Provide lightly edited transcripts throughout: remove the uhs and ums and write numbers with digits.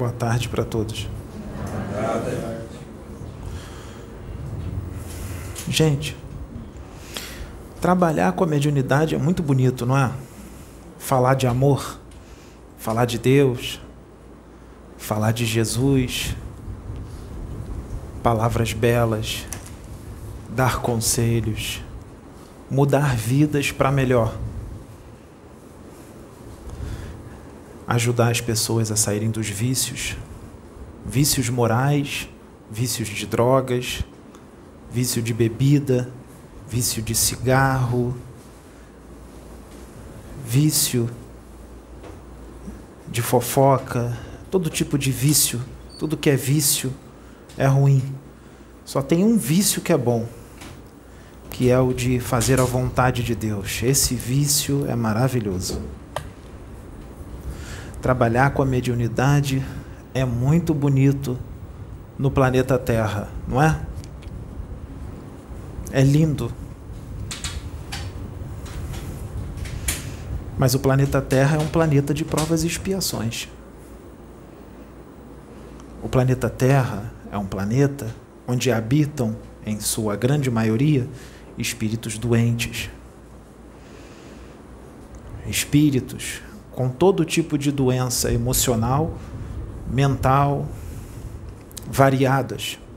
Boa tarde para todos. Boa tarde. Gente, trabalhar com a mediunidade é muito bonito, não é? Falar de amor, falar de Deus, falar de Jesus, palavras belas, dar conselhos, mudar vidas para melhor. Ajudar as pessoas a saírem dos vícios, vícios morais, vícios de drogas, vício de bebida, vício de cigarro, vício de fofoca, todo tipo de vício, tudo que é vício é ruim. Só tem um vício que é bom, que é o de fazer a vontade de Deus. Esse vício é maravilhoso. Trabalhar com a mediunidade é muito bonito no planeta Terra, não é? É lindo. Mas o planeta Terra é um planeta de provas e expiações. O planeta Terra é um planeta onde habitam, em sua grande maioria, espíritos doentes. Espíritos com todo tipo de doença emocional, mental, variadas.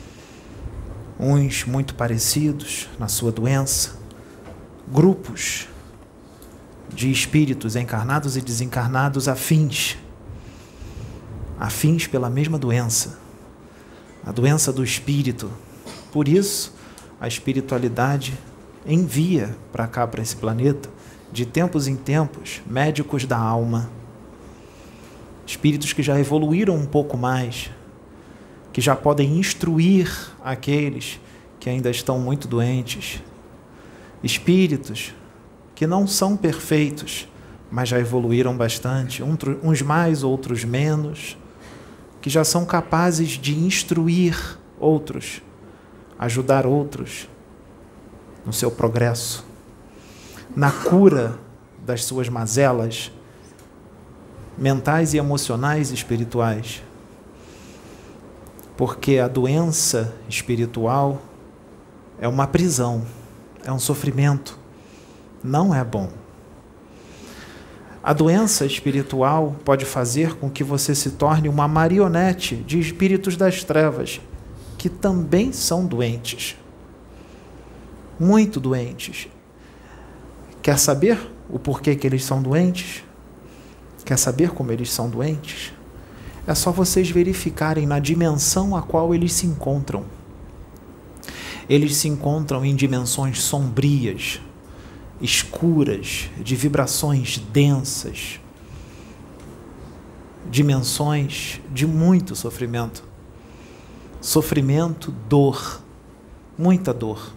Uns muito parecidos na sua doença, grupos de espíritos encarnados e desencarnados afins pela mesma doença, a doença do espírito. Por isso, a espiritualidade envia para cá, para esse planeta, de tempos em tempos, médicos da alma, espíritos que já evoluíram um pouco mais, que já podem instruir aqueles que ainda estão muito doentes, espíritos que não são perfeitos, mas já evoluíram bastante, uns mais, outros menos, que já são capazes de instruir outros, ajudar outros no seu progresso, na cura das suas mazelas mentais e emocionais e espirituais. Porque a doença espiritual é uma prisão, é um sofrimento, não é bom. A doença espiritual pode fazer com que você se torne uma marionete de espíritos das trevas, que também são doentes, muito doentes. Quer saber o porquê que eles são doentes? Quer saber como eles são doentes? É só vocês verificarem na dimensão a qual eles se encontram. Eles se encontram em dimensões sombrias, escuras, de vibrações densas, dimensões de muito sofrimento. Sofrimento, dor, muita dor.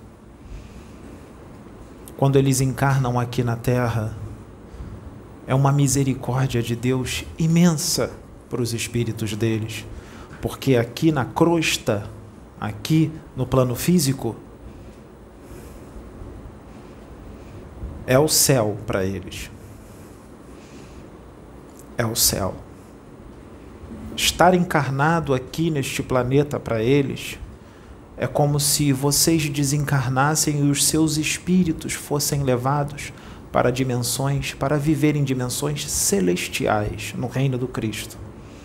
Quando eles encarnam aqui na Terra, é uma misericórdia de Deus imensa para os espíritos deles, porque aqui na crosta, aqui no plano físico, é o céu para eles. É o céu. Estar encarnado aqui neste planeta para eles é como se vocês desencarnassem e os seus espíritos fossem levados para dimensões, para viver em dimensões celestiais no reino do Cristo.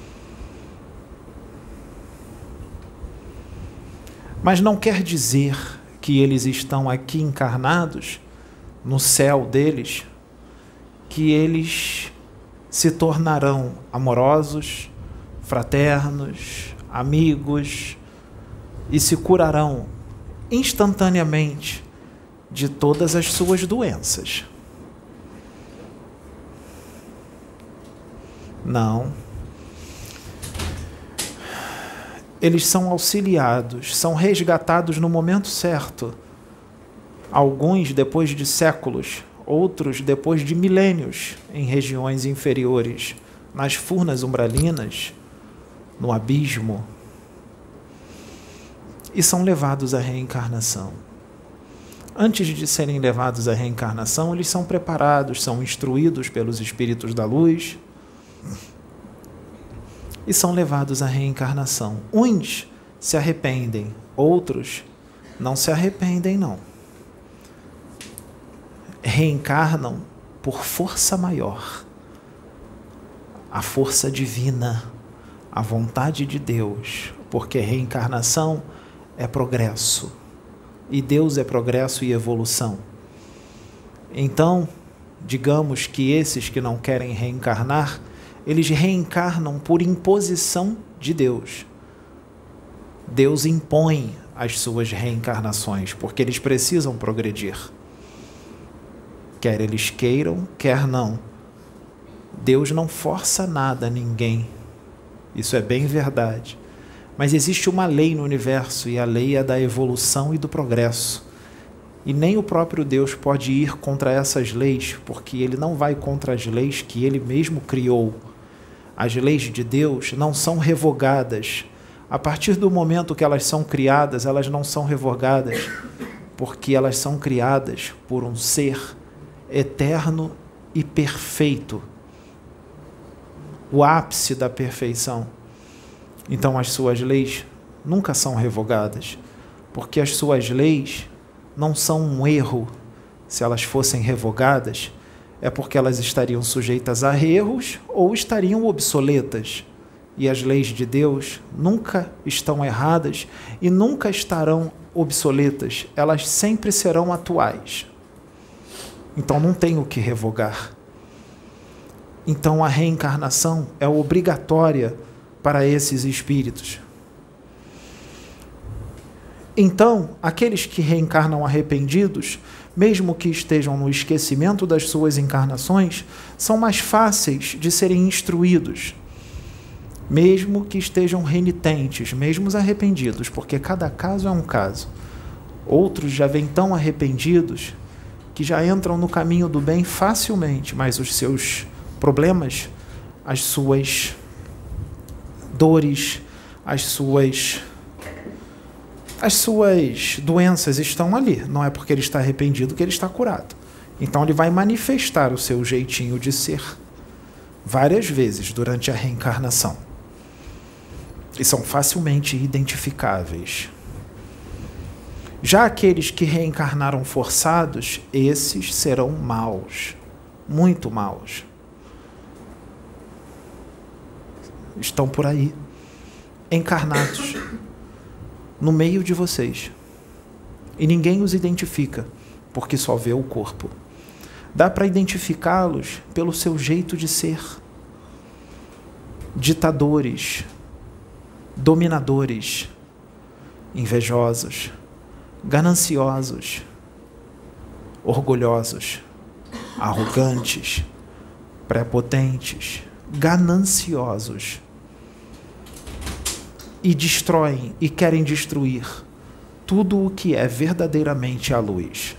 Mas não quer dizer que eles estão aqui encarnados no céu deles, que eles se tornarão amorosos, fraternos, amigos e se curarão instantaneamente de todas as suas doenças. Não. Eles são auxiliados, são resgatados no momento certo. Alguns depois de séculos, outros depois de milênios, em regiões inferiores, nas furnas umbralinas, no abismo, e são levados à reencarnação. Antes de serem levados à reencarnação, eles são preparados, são instruídos pelos espíritos da luz, e são levados à reencarnação. Uns se arrependem, outros não se arrependem, não. Reencarnam por força maior, a força divina, a vontade de Deus, porque reencarnação é progresso, e Deus é progresso e evolução. Então, digamos que esses que não querem reencarnar, eles reencarnam por imposição de Deus. Deus impõe as suas reencarnações, porque eles precisam progredir. Quer eles queiram, quer não. Deus não força nada a ninguém. Isso é bem verdade. Mas existe uma lei no universo, e a lei é da evolução e do progresso. E nem o próprio Deus pode ir contra essas leis, porque ele não vai contra as leis que ele mesmo criou. As leis de Deus não são revogadas. A partir do momento que elas são criadas, elas não são revogadas, porque elas são criadas por um ser eterno e perfeito, o ápice da perfeição. Então as suas leis nunca são revogadas, porque as suas leis não são um erro. Se elas fossem revogadas, é porque elas estariam sujeitas a erros ou estariam obsoletas. E as leis de Deus nunca estão erradas e nunca estarão obsoletas. Elas sempre serão atuais. Então não tem o que revogar. Então a reencarnação é obrigatória para esses espíritos. Então, aqueles que reencarnam arrependidos, mesmo que estejam no esquecimento das suas encarnações, são mais fáceis de serem instruídos, mesmo que estejam renitentes, mesmo os arrependidos, porque cada caso é um caso. Outros já vêm tão arrependidos que já entram no caminho do bem facilmente, mas os seus problemas, as suas dores, as suas doenças estão ali. Não é porque ele está arrependido que ele está curado. Então ele vai manifestar o seu jeitinho de ser várias vezes durante a reencarnação. E são facilmente identificáveis. Já aqueles que reencarnaram forçados, esses serão maus, muito maus. Estão por aí, encarnados, no meio de vocês. E ninguém os identifica, porque só vê o corpo. Dá para identificá-los pelo seu jeito de ser. Ditadores, dominadores, invejosos, gananciosos, orgulhosos, arrogantes, prepotentes, gananciosos. E destroem e querem destruir tudo o que é verdadeiramente a luz.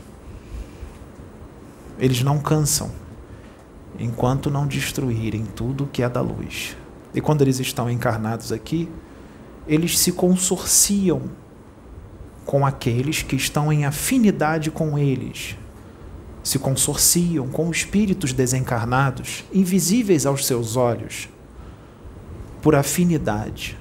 Eles não cansam enquanto não destruírem tudo o que é da luz. E quando eles estão encarnados aqui, eles se consorciam com aqueles que estão em afinidade com eles. Se consorciam com espíritos desencarnados, invisíveis aos seus olhos, por afinidade.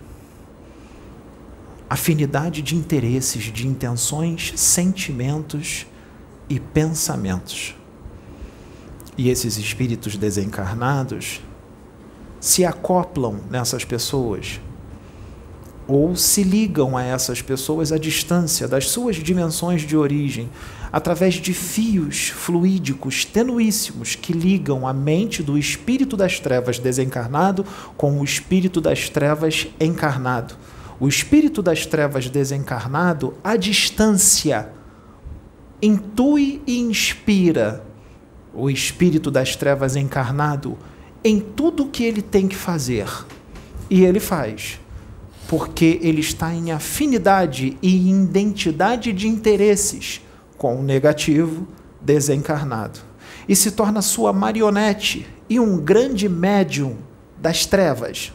Afinidade de interesses, de intenções, sentimentos e pensamentos. E esses espíritos desencarnados se acoplam nessas pessoas ou se ligam a essas pessoas à distância das suas dimensões de origem, através de fios fluídicos tenuíssimos que ligam a mente do espírito das trevas desencarnado com o espírito das trevas encarnado. O espírito das trevas desencarnado, à distância, intui e inspira o espírito das trevas encarnado em tudo o que ele tem que fazer. E ele faz, porque ele está em afinidade e em identidade de interesses com o negativo desencarnado. E se torna sua marionete e um grande médium das trevas.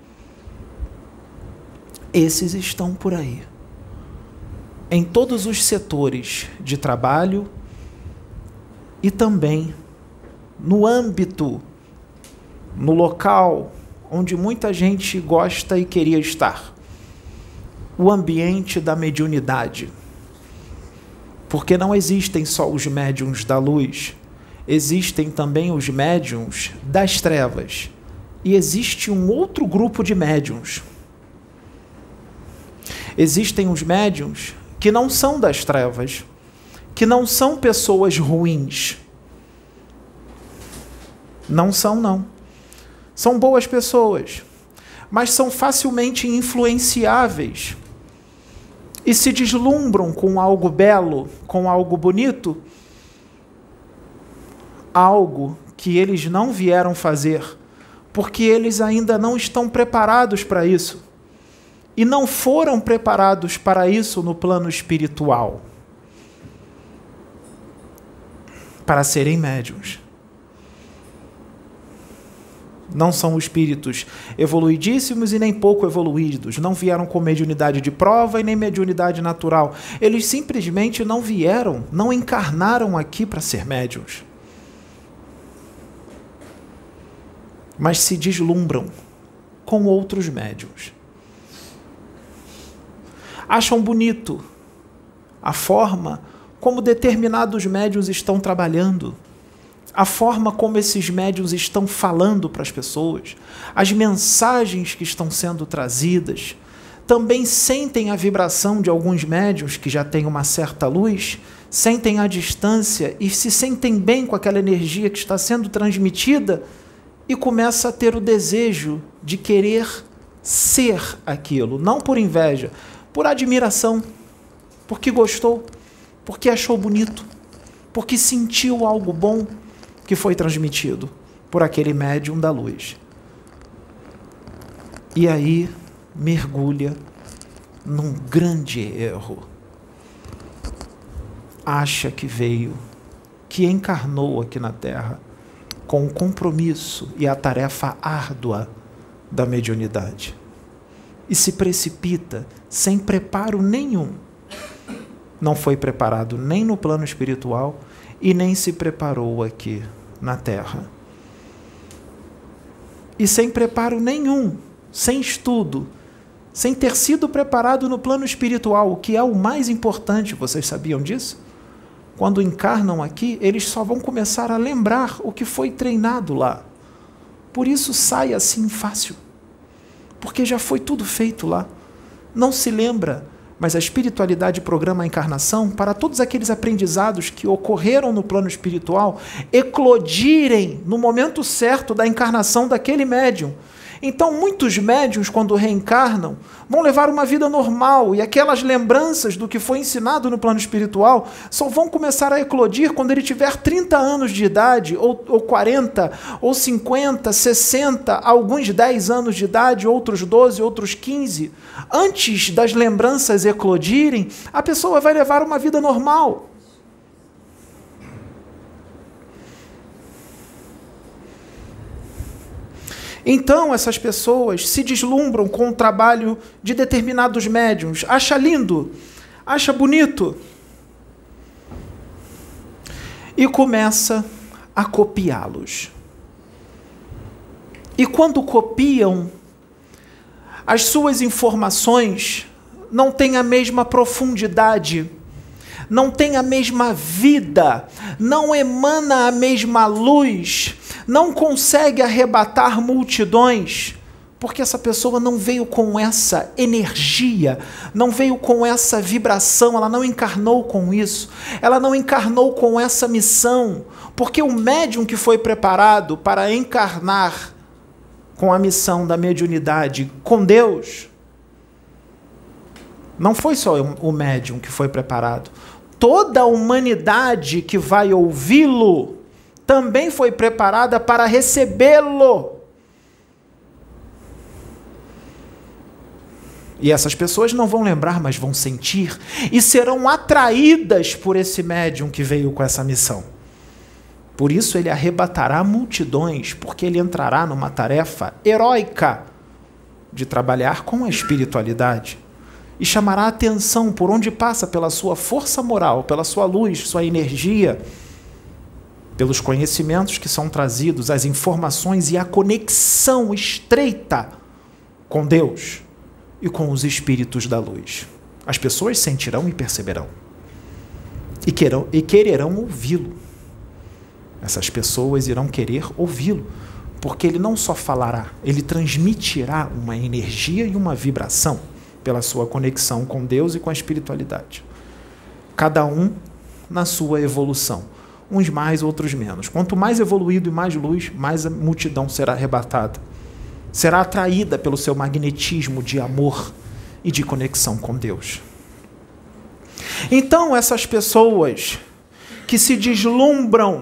Esses estão por aí, em todos os setores de trabalho e também no âmbito, no local onde muita gente gosta e queria estar: o ambiente da mediunidade. Porque não existem só os médiuns da luz, existem também os médiuns das trevas. E existe um outro grupo de médiuns. Existem os médiuns que não são das trevas, que não são pessoas ruins. Não são, não. São boas pessoas, mas são facilmente influenciáveis e se deslumbram com algo belo, com algo bonito, algo que eles não vieram fazer, porque eles ainda não estão preparados para isso e não foram preparados para isso no plano espiritual, para serem médiuns. Não são espíritos evoluidíssimos e nem pouco evoluídos. Não vieram com mediunidade de prova e nem mediunidade natural. Eles simplesmente não vieram, não encarnaram aqui para ser médiuns. Mas se deslumbram com outros médiuns. Acham bonito a forma como determinados médiuns estão trabalhando, a forma como esses médiuns estão falando para as pessoas, as mensagens que estão sendo trazidas. Também sentem a vibração de alguns médiuns que já têm uma certa luz, sentem a distância e se sentem bem com aquela energia que está sendo transmitida e começa a ter o desejo de querer ser aquilo, não por inveja, por admiração, porque gostou, porque achou bonito, porque sentiu algo bom que foi transmitido por aquele médium da luz. E aí mergulha num grande erro. Acha que veio, que encarnou aqui na Terra com o compromisso e a tarefa árdua da mediunidade. E se precipita sem preparo nenhum. Não foi preparado nem no plano espiritual e nem se preparou aqui na Terra. E sem preparo nenhum, sem estudo, sem ter sido preparado no plano espiritual, o que é o mais importante, vocês sabiam disso? Quando encarnam aqui, eles só vão começar a lembrar o que foi treinado lá. Por isso sai assim fácil, porque já foi tudo feito lá. Não se lembra, mas a espiritualidade programa a encarnação para todos aqueles aprendizados que ocorreram no plano espiritual eclodirem no momento certo da encarnação daquele médium. Então, muitos médiuns, quando reencarnam, vão levar uma vida normal e aquelas lembranças do que foi ensinado no plano espiritual só vão começar a eclodir quando ele tiver 30 anos de idade, ou 40, ou 50, 60, alguns 10 anos de idade, outros 12, outros 15. Antes das lembranças eclodirem, a pessoa vai levar uma vida normal. Então, essas pessoas se deslumbram com o trabalho de determinados médiuns, acha lindo, acha bonito, e começa a copiá-los. E quando copiam, as suas informações não têm a mesma profundidade, não têm a mesma vida, não emana a mesma luz, não consegue arrebatar multidões, porque essa pessoa não veio com essa energia, não veio com essa vibração, ela não encarnou com isso, ela não encarnou com essa missão, porque o médium que foi preparado para encarnar com a missão da mediunidade com Deus, não foi só o médium que foi preparado, toda a humanidade que vai ouvi-lo também foi preparada para recebê-lo. E essas pessoas não vão lembrar, mas vão sentir e serão atraídas por esse médium que veio com essa missão. Por isso ele arrebatará multidões, porque ele entrará numa tarefa heróica de trabalhar com a espiritualidade e chamará a atenção por onde passa pela sua força moral, pela sua luz, sua energia, pelos conhecimentos que são trazidos, as informações e a conexão estreita com Deus e com os espíritos da luz. As pessoas sentirão e perceberão. E quererão ouvi-lo. Essas pessoas irão querer ouvi-lo, porque ele não só falará, ele transmitirá uma energia e uma vibração pela sua conexão com Deus e com a espiritualidade. Cada um na sua evolução. Uns mais, outros menos. Quanto mais evoluído e mais luz, mais a multidão será arrebatada. Será atraída pelo seu magnetismo de amor e de conexão com Deus. Então, essas pessoas que se deslumbram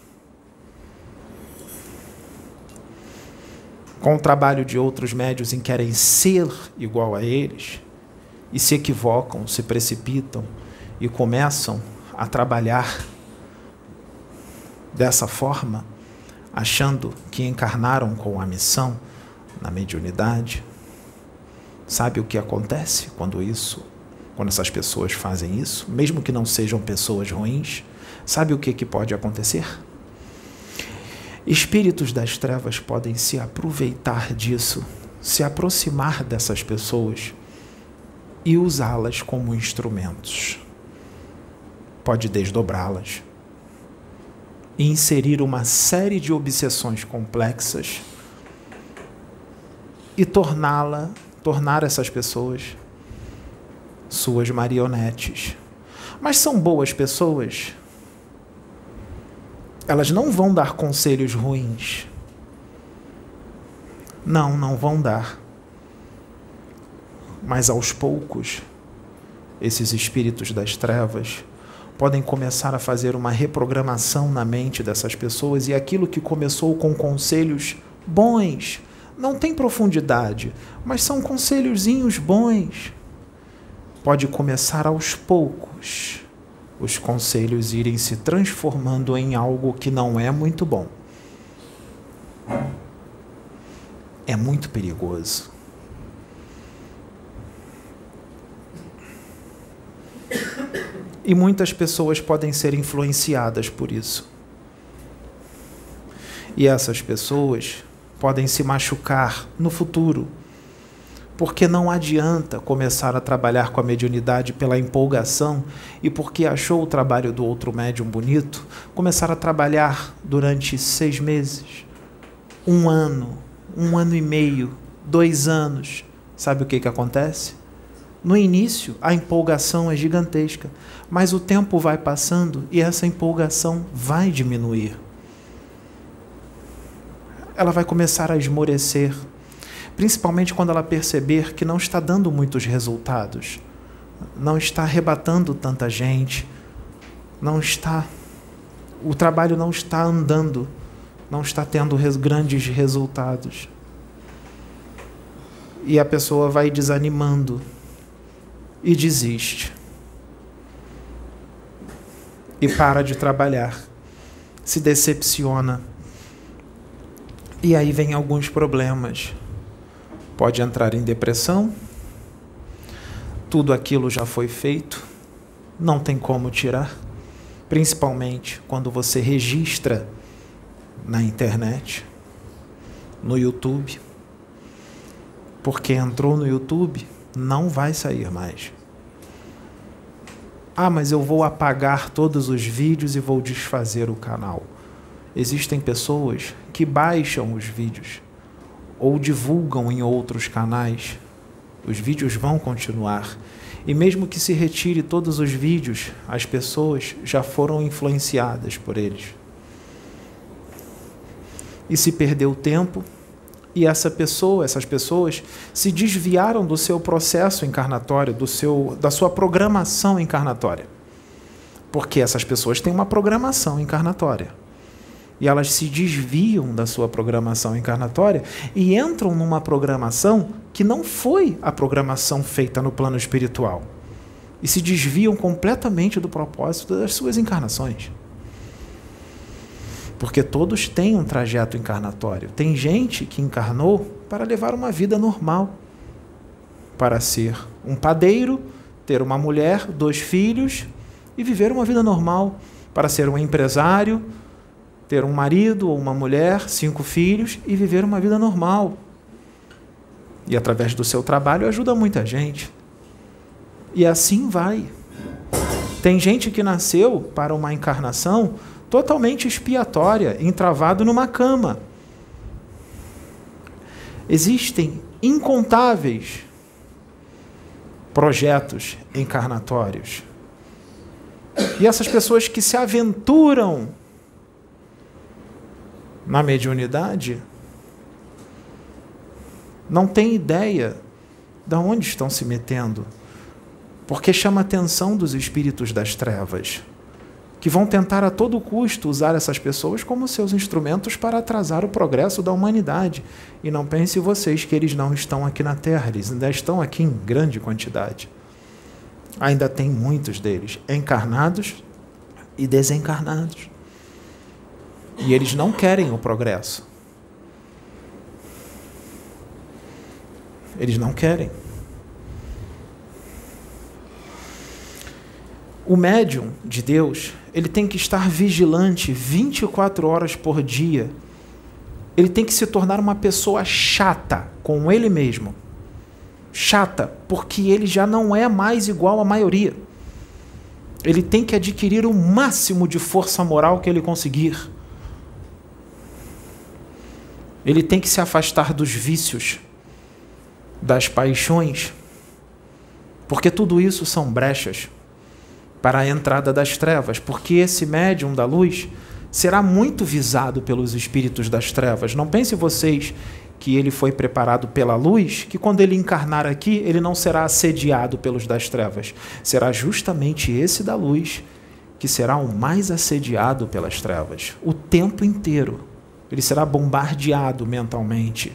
com o trabalho de outros médiuns e querem ser igual a eles, e se equivocam, se precipitam e começam a trabalhar dessa forma, achando que encarnaram com a missão na mediunidade. Sabe o que acontece quando essas pessoas fazem isso? Mesmo que não sejam pessoas ruins, sabe o que pode acontecer? Espíritos das trevas podem se aproveitar disso, se aproximar dessas pessoas e usá-las como instrumentos. Pode desdobrá-las e inserir uma série de obsessões complexas e tornar essas pessoas suas marionetes. Mas são boas pessoas. Elas não vão dar conselhos ruins. Não vão dar. Mas aos poucos, esses espíritos das trevas podem começar a fazer uma reprogramação na mente dessas pessoas, e aquilo que começou com conselhos bons, não tem profundidade, mas são conselhozinhos bons, pode começar aos poucos os conselhos irem se transformando em algo que não é muito bom. É muito perigoso. E muitas pessoas podem ser influenciadas por isso. E essas pessoas podem se machucar no futuro, porque não adianta começar a trabalhar com a mediunidade pela empolgação e porque achou o trabalho do outro médium bonito, começar a trabalhar durante 6 meses, 1 ano, 1 ano e meio, 2 anos. Sabe o que acontece? No início, a empolgação é gigantesca, mas o tempo vai passando e essa empolgação vai diminuir. Ela vai começar a esmorecer, principalmente quando ela perceber que não está dando muitos resultados, não está arrebatando tanta gente, o trabalho não está andando, não está tendo grandes resultados. E a pessoa vai desanimando e desiste. E para de trabalhar, se decepciona. E aí vem alguns problemas. Pode entrar em depressão, tudo aquilo já foi feito, não tem como tirar, principalmente quando você registra na internet, no YouTube, porque entrou no YouTube, não vai sair mais. Ah, mas eu vou apagar todos os vídeos e vou desfazer o canal. Existem pessoas que baixam os vídeos ou divulgam em outros canais. Os vídeos vão continuar. E mesmo que se retire todos os vídeos, as pessoas já foram influenciadas por eles. E se perdeu tempo, e essas pessoas se desviaram do seu processo encarnatório, da sua programação encarnatória. Porque essas pessoas têm uma programação encarnatória. E elas se desviam da sua programação encarnatória e entram numa programação que não foi a programação feita no plano espiritual. E se desviam completamente do propósito das suas encarnações. Porque todos têm um trajeto encarnatório. Tem gente que encarnou para levar uma vida normal. Para ser um padeiro, ter uma mulher, 2 filhos e viver uma vida normal. Para ser um empresário ter um marido ou uma mulher, 5 filhos e viver uma vida normal. E através do seu trabalho ajuda muita gente. E assim vai. Tem gente que nasceu para uma encarnação totalmente expiatória, entravado numa cama. Existem incontáveis projetos encarnatórios. E essas pessoas que se aventuram na mediunidade não têm ideia de onde estão se metendo, porque chama a atenção dos espíritos das trevas, que vão tentar a todo custo usar essas pessoas como seus instrumentos para atrasar o progresso da humanidade. E não pensem vocês que eles não estão aqui na Terra, eles ainda estão aqui em grande quantidade. Ainda tem muitos deles, encarnados e desencarnados. E eles não querem o progresso. Eles não querem. O médium de Deus, ele tem que estar vigilante 24 horas por dia. Ele tem que se tornar uma pessoa chata com ele mesmo. Chata, porque ele já não é mais igual à maioria. Ele tem que adquirir o máximo de força moral que ele conseguir. Ele tem que se afastar dos vícios, das paixões, porque tudo isso são brechas para a entrada das trevas, porque esse médium da luz será muito visado pelos espíritos das trevas. Não pensem vocês que ele foi preparado pela luz, que quando ele encarnar aqui, ele não será assediado pelos das trevas. Será justamente esse da luz que será o mais assediado pelas trevas, o tempo inteiro. Ele será bombardeado mentalmente,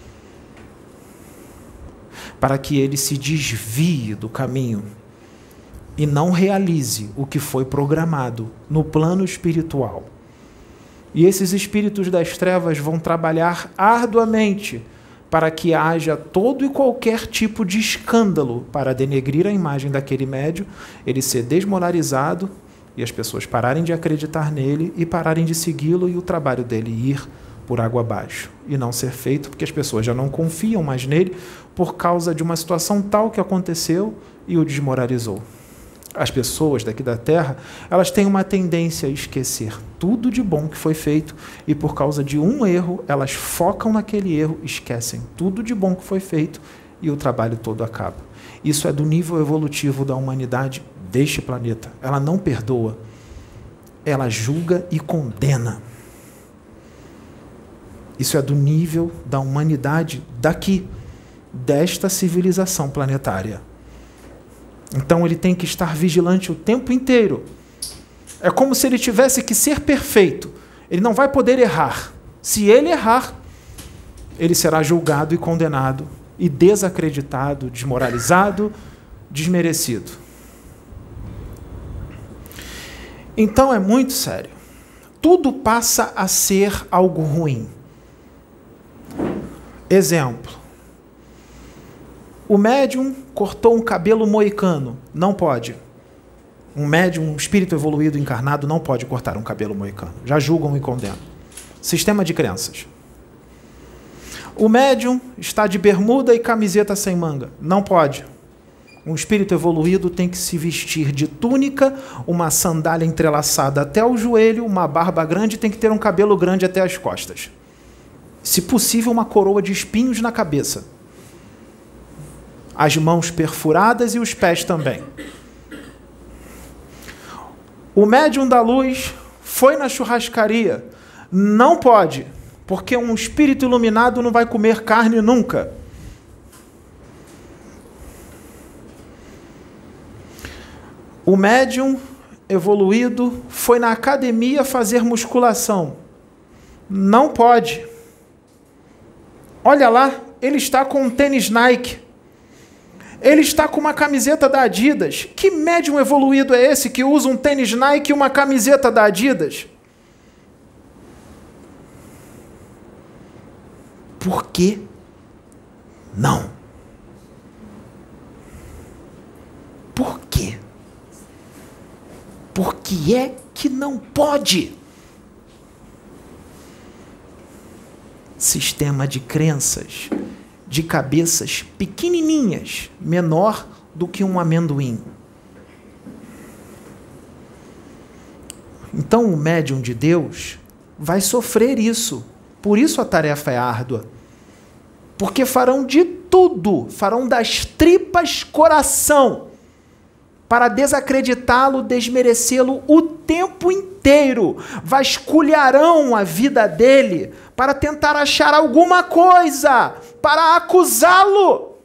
para que ele se desvie do caminho e não realize o que foi programado no plano espiritual. E esses espíritos das trevas vão trabalhar arduamente para que haja todo e qualquer tipo de escândalo para denegrir a imagem daquele médium, ele ser desmoralizado e as pessoas pararem de acreditar nele e pararem de segui-lo e o trabalho dele ir por água abaixo. E não ser feito porque as pessoas já não confiam mais nele por causa de uma situação tal que aconteceu e o desmoralizou. As pessoas daqui da Terra, elas têm uma tendência a esquecer tudo de bom que foi feito e por causa de um erro, elas focam naquele erro, esquecem tudo de bom que foi feito e o trabalho todo acaba. Isso é do nível evolutivo da humanidade deste planeta. Ela não perdoa, ela julga e condena. Isso é do nível da humanidade daqui, desta civilização planetária. Então ele tem que estar vigilante o tempo inteiro. É como se ele tivesse que ser perfeito. Ele não vai poder errar. Se ele errar, ele será julgado e condenado, e desacreditado, desmoralizado, desmerecido. Então é muito sério. Tudo passa a ser algo ruim. Exemplo. O médium cortou um cabelo moicano. Não pode. Um médium, um espírito evoluído encarnado não pode cortar um cabelo moicano. Já julgam e condenam. Sistema de crenças. O médium está de bermuda e camiseta sem manga. Não pode. Um espírito evoluído tem que se vestir de túnica, uma sandália entrelaçada até o joelho, uma barba grande e tem que ter um cabelo grande até as costas. Se possível, uma coroa de espinhos na cabeça. As mãos perfuradas e os pés também. O médium da luz foi na churrascaria. Não pode, porque um espírito iluminado não vai comer carne nunca. O médium evoluído foi na academia fazer musculação. Não pode. Olha lá, ele está com um tênis Nike. Ele está com uma camiseta da Adidas. Que médium evoluído é esse que usa um tênis Nike e uma camiseta da Adidas? Por que não? Por quê? Por que é que não pode? sistema de crenças, de cabeças pequenininhas, menor do que um amendoim. Então o médium de Deus vai sofrer isso. Por isso a tarefa é árdua. Porque farão de tudo, farão das tripas coração, para desacreditá-lo, desmerecê-lo o tempo inteiro. Vasculharão a vida dele para tentar achar alguma coisa, para acusá-lo.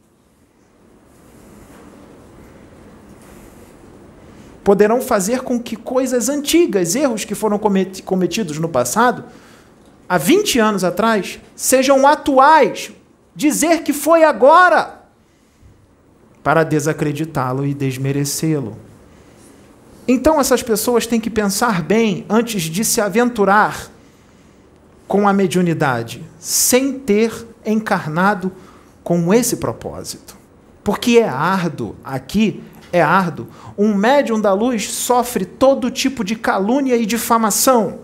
Poderão fazer com que coisas antigas, erros que foram cometidos no passado, há 20 anos atrás, sejam atuais, dizer que foi agora, para desacreditá-lo e desmerecê-lo. Então essas pessoas têm que pensar bem antes de se aventurar com a mediunidade, sem ter encarnado com esse propósito. Porque é árduo, aqui é árduo. Um médium da luz sofre todo tipo de calúnia e difamação.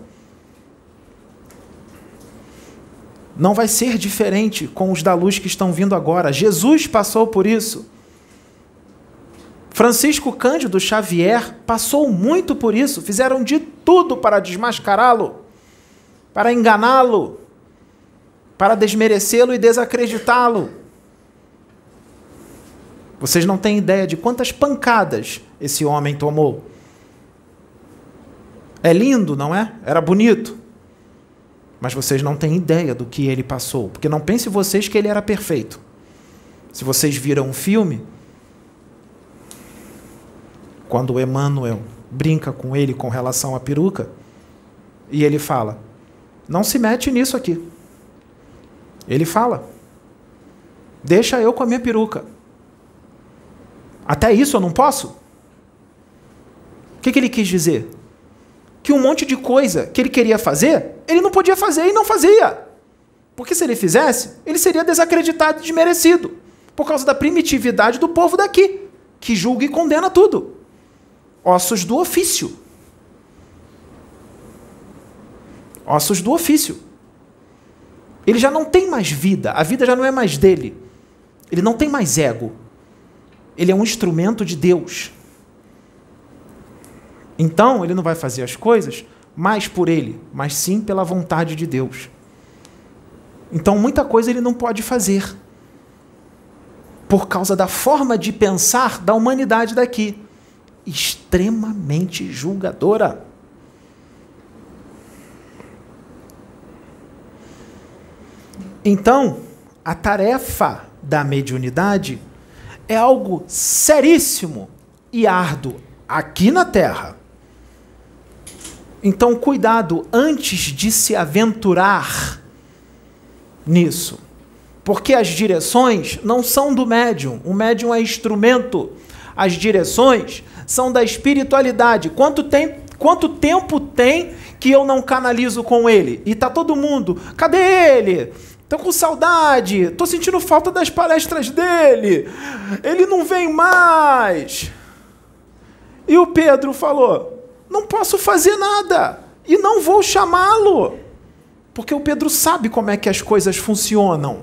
Não vai ser diferente com os da luz que estão vindo agora. Jesus passou por isso. Francisco Cândido Xavier passou muito por isso. Fizeram de tudo para desmascará-lo, para enganá-lo, para desmerecê-lo e desacreditá-lo. Vocês não têm ideia de quantas pancadas esse homem tomou. É lindo, não é? Era bonito. Mas vocês não têm ideia do que ele passou. Porque não pensem vocês que ele era perfeito. Se vocês viram um filme, quando o Emmanuel brinca com ele com relação à peruca, e ele fala, não se mete nisso aqui. Ele fala, deixa eu com a minha peruca. Até isso eu não posso? O que ele quis dizer? Que um monte de coisa que ele queria fazer, ele não podia fazer e não fazia. Porque se ele fizesse, ele seria desacreditado e desmerecido, por causa da primitividade do povo daqui, que julga e condena tudo. Ossos do ofício. Ossos do ofício. Ele já não tem mais vida, a vida já não é mais dele. Ele não tem mais ego. Ele é um instrumento de Deus. Então, ele não vai fazer as coisas mais por ele, mas sim pela vontade de Deus. Então, muita coisa ele não pode fazer, por causa da forma de pensar da humanidade daqui, extremamente julgadora. Então, a tarefa da mediunidade é algo seríssimo e árduo aqui na Terra. Então, cuidado antes de se aventurar nisso. Porque as direções não são do médium. O médium é instrumento. As direções são da espiritualidade. Quanto tempo tem que eu não canalizo com ele? E tá todo mundo, cadê ele? Tô com saudade, tô sentindo falta das palestras dele. Ele não vem mais. E o Pedro falou, não posso fazer nada e não vou chamá-lo. Porque o Pedro sabe como é que as coisas funcionam.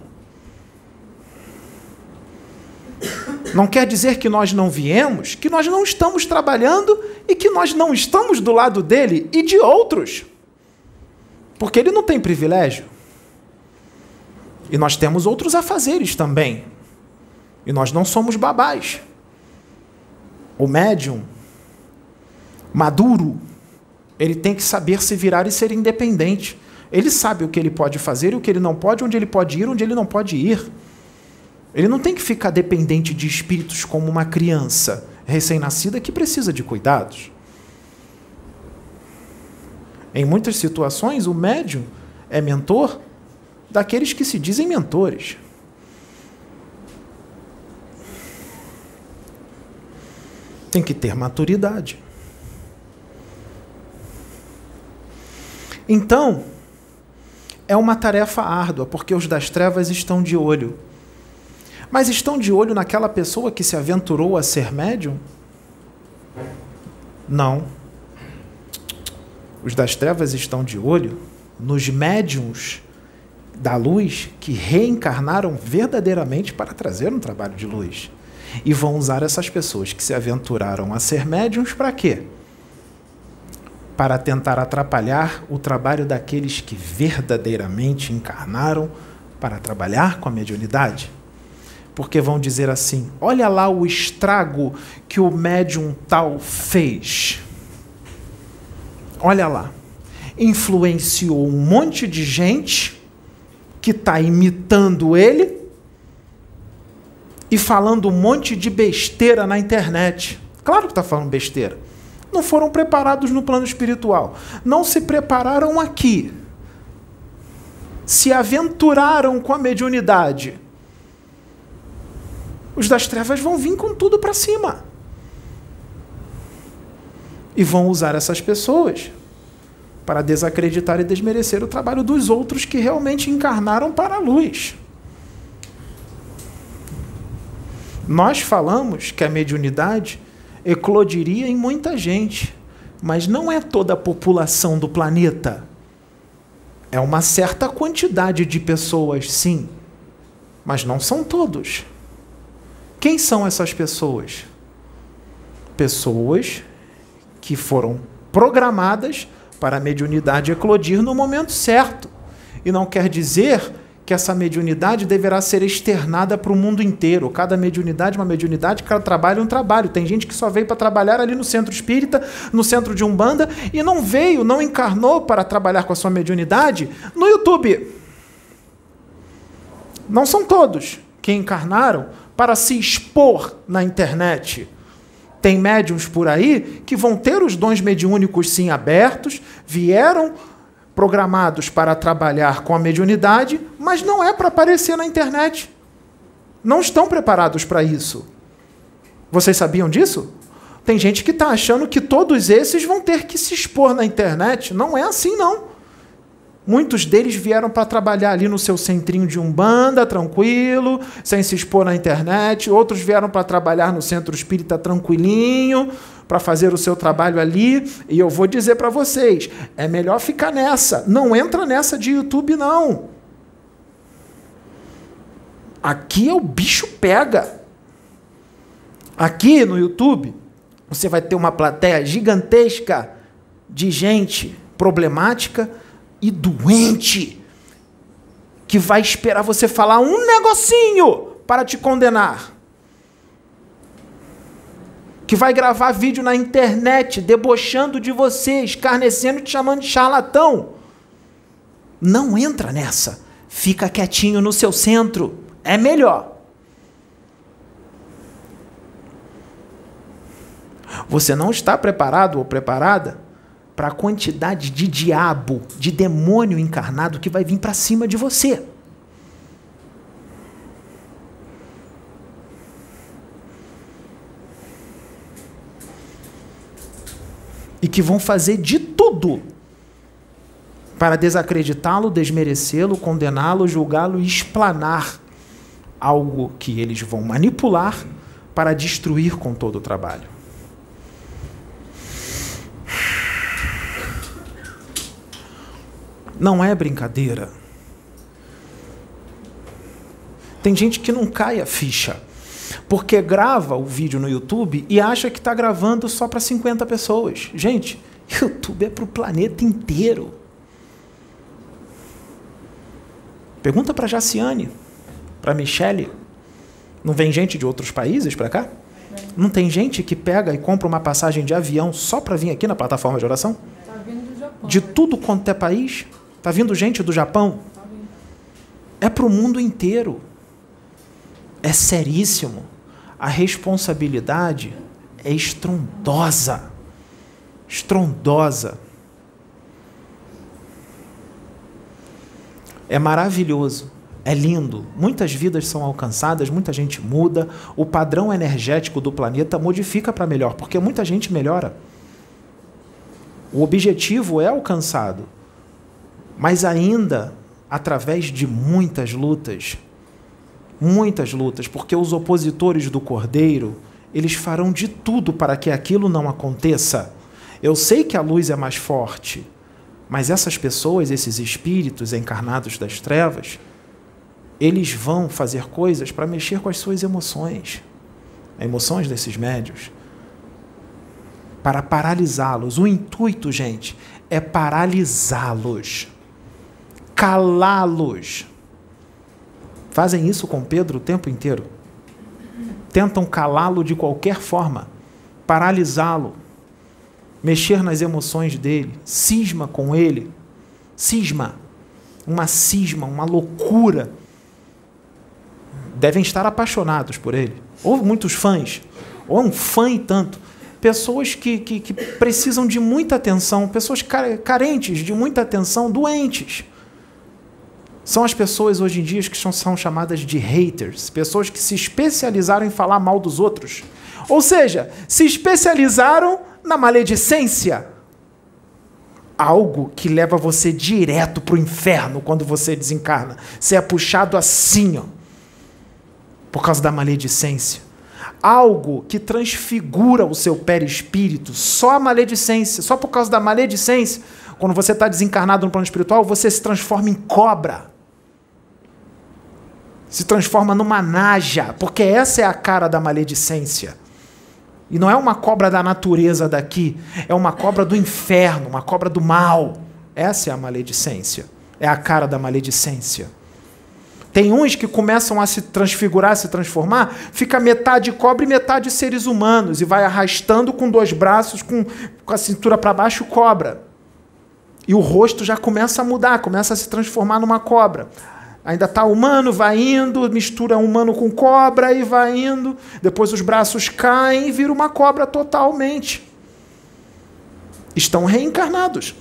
Não quer dizer que nós não viemos, que nós não estamos trabalhando e que nós não estamos do lado dele e de outros. Porque ele não tem privilégio. E nós temos outros afazeres também. E nós não somos babás. O médium maduro, ele tem que saber se virar e ser independente. Ele sabe o que ele pode fazer e o que ele não pode, onde ele pode ir, onde ele não pode ir. Ele não tem que ficar dependente de espíritos como uma criança recém-nascida que precisa de cuidados. Em muitas situações, o médium é mentor daqueles que se dizem mentores. Tem que ter maturidade. Então, é uma tarefa árdua, porque os das trevas estão de olho. Mas estão de olho naquela pessoa que se aventurou a ser médium? Não. Os das trevas estão de olho nos médiuns da luz que reencarnaram verdadeiramente para trazer um trabalho de luz. E vão usar essas pessoas que se aventuraram a ser médiuns para quê? Para tentar atrapalhar o trabalho daqueles que verdadeiramente encarnaram para trabalhar com a mediunidade. Porque vão dizer assim: olha lá o estrago que o médium tal fez. Olha lá. Influenciou um monte de gente que está imitando ele e falando um monte de besteira na internet. Claro que está falando besteira. Não foram preparados no plano espiritual. Não se prepararam aqui. Se aventuraram com a mediunidade. Os das trevas vão vir com tudo para cima. E vão usar essas pessoas para desacreditar e desmerecer o trabalho dos outros que realmente encarnaram para a luz. Nós falamos que a mediunidade eclodiria em muita gente, mas não é toda a população do planeta. É uma certa quantidade de pessoas, sim, mas não são todos. Quem são essas pessoas? Pessoas que foram programadas para a mediunidade eclodir no momento certo. E não quer dizer que essa mediunidade deverá ser externada para o mundo inteiro. Cada mediunidade é uma mediunidade, cada trabalho é um trabalho. Tem gente que só veio para trabalhar ali no centro espírita, no centro de Umbanda, e não encarnou para trabalhar com a sua mediunidade no YouTube. Não são todos que encarnaram para se expor na internet. Tem médiuns por aí que vão ter os dons mediúnicos sim abertos, vieram programados para trabalhar com a mediunidade, mas não é para aparecer na internet. Não estão preparados para isso. Vocês sabiam disso? Tem gente que está achando que todos esses vão ter que se expor na internet. Não é assim, não. Muitos deles vieram para trabalhar ali no seu centrinho de Umbanda, tranquilo, sem se expor na internet. Outros vieram para trabalhar no centro espírita tranquilinho, para fazer o seu trabalho ali. E eu vou dizer para vocês, é melhor ficar nessa. Não entra nessa de YouTube, não. Aqui é o bicho pega. Aqui no YouTube, você vai ter uma plateia gigantesca de gente problemática e doente, que vai esperar você falar um negocinho para te condenar, que vai gravar vídeo na internet debochando de você, escarnecendo e te chamando de charlatão. Não entra nessa. Fica quietinho no seu centro. É melhor. Você não está preparado ou preparada para a quantidade de diabo, de demônio encarnado que vai vir para cima de você. E que vão fazer de tudo para desacreditá-lo, desmerecê-lo, condená-lo, julgá-lo e explanar algo que eles vão manipular para destruir com todo o trabalho. Não é brincadeira. Tem gente que não cai a ficha, porque grava o vídeo no YouTube e acha que está gravando só para 50 pessoas. Gente, YouTube é para o planeta inteiro. Pergunta para Jaciane, para Michele. Não vem gente de outros países para cá? Não tem gente que pega e compra uma passagem de avião só para vir aqui na plataforma de oração? Tá vindo do Japão. De tudo quanto é país? Está vindo gente do Japão? Tá vindo. É para o mundo inteiro. É seríssimo. A responsabilidade é estrondosa. Estrondosa. É maravilhoso. É lindo. Muitas vidas são alcançadas, muita gente muda. O padrão energético do planeta modifica para melhor, porque muita gente melhora. O objetivo é alcançado. Mas ainda através de muitas lutas, porque os opositores do Cordeiro, eles farão de tudo para que aquilo não aconteça. Eu sei que a luz é mais forte, Mas essas pessoas, esses espíritos encarnados das trevas, eles vão fazer coisas para mexer com as suas emoções, as emoções desses médiuns, para paralisá-los. O intuito, gente, é paralisá-los, calá-los. Fazem isso com Pedro o tempo inteiro. Tentam calá-lo de qualquer forma, paralisá-lo, mexer nas emoções dele, cisma com ele, cisma, uma loucura. Devem estar apaixonados por ele, ou muitos fãs, ou um fã e tanto. Pessoas que precisam de muita atenção, pessoas carentes de muita atenção, doentes. São as pessoas hoje em dia que são chamadas de haters, pessoas que se especializaram em falar mal dos outros. Ou seja, se especializaram na maledicência. Algo que leva você direto para o inferno quando você desencarna. Você é puxado assim, ó, por causa da maledicência. Algo que transfigura o seu perispírito, só a maledicência, só por causa da maledicência, quando você está desencarnado no plano espiritual, você se transforma em cobra. Se transforma numa naja, porque essa é a cara da maledicência. E não é uma cobra da natureza daqui, é uma cobra do inferno, uma cobra do mal. Essa é a maledicência, é a cara da maledicência. Tem uns que começam a se transfigurar, se transformar, fica metade cobra e metade seres humanos, e vai arrastando com 2 braços, com a cintura para baixo, cobra. E o rosto já começa a mudar, começa a se transformar numa cobra. Ainda está humano, vai indo, mistura humano com cobra e vai indo. Depois os braços caem e vira uma cobra totalmente. Estão reencarnados.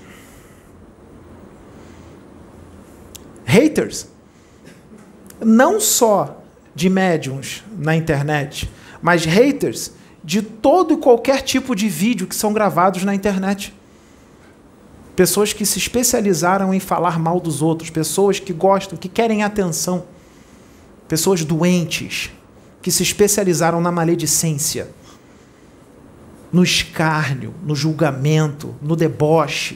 Haters. Não só de médiums na internet, mas haters de todo e qualquer tipo de vídeo que são gravados na internet. Pessoas que se especializaram em falar mal dos outros, pessoas que gostam, que querem atenção, pessoas doentes, que se especializaram na maledicência, no escárnio, no julgamento, no deboche.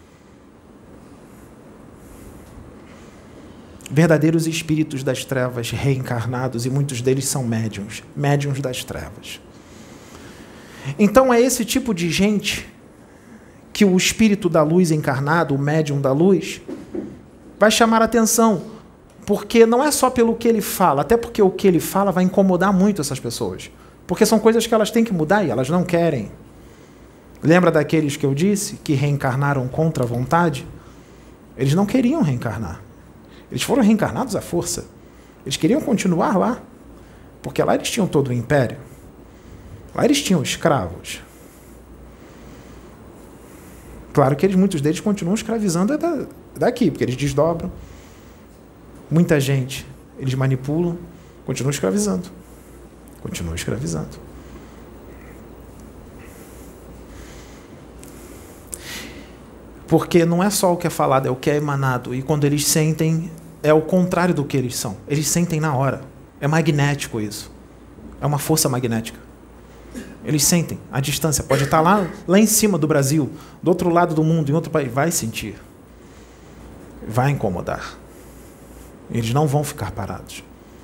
Verdadeiros espíritos das trevas reencarnados, e muitos deles são médiuns, médiuns das trevas. Então é esse tipo de gente que o espírito da luz encarnado, o médium da luz, vai chamar a atenção, porque não é só pelo que ele fala, até porque o que ele fala vai incomodar muito essas pessoas, porque são coisas que elas têm que mudar e elas não querem. Lembra daqueles que eu disse, que reencarnaram contra a vontade? Eles não queriam reencarnar. Eles foram reencarnados à força. Eles queriam continuar lá, porque lá eles tinham todo o império. Lá eles tinham escravos. Claro que muitos deles continuam escravizando daqui, porque eles desdobram. Muita gente, eles manipulam, continuam escravizando. Continuam escravizando. Porque não é só o que é falado, é o que é emanado. E quando eles sentem, é o contrário do que eles são. Eles sentem na hora. É magnético isso. É uma força magnética. Eles sentem a distância. Pode estar lá em cima do Brasil, do outro lado do mundo, em outro país. Vai sentir. Vai incomodar. Eles não vão ficar parados.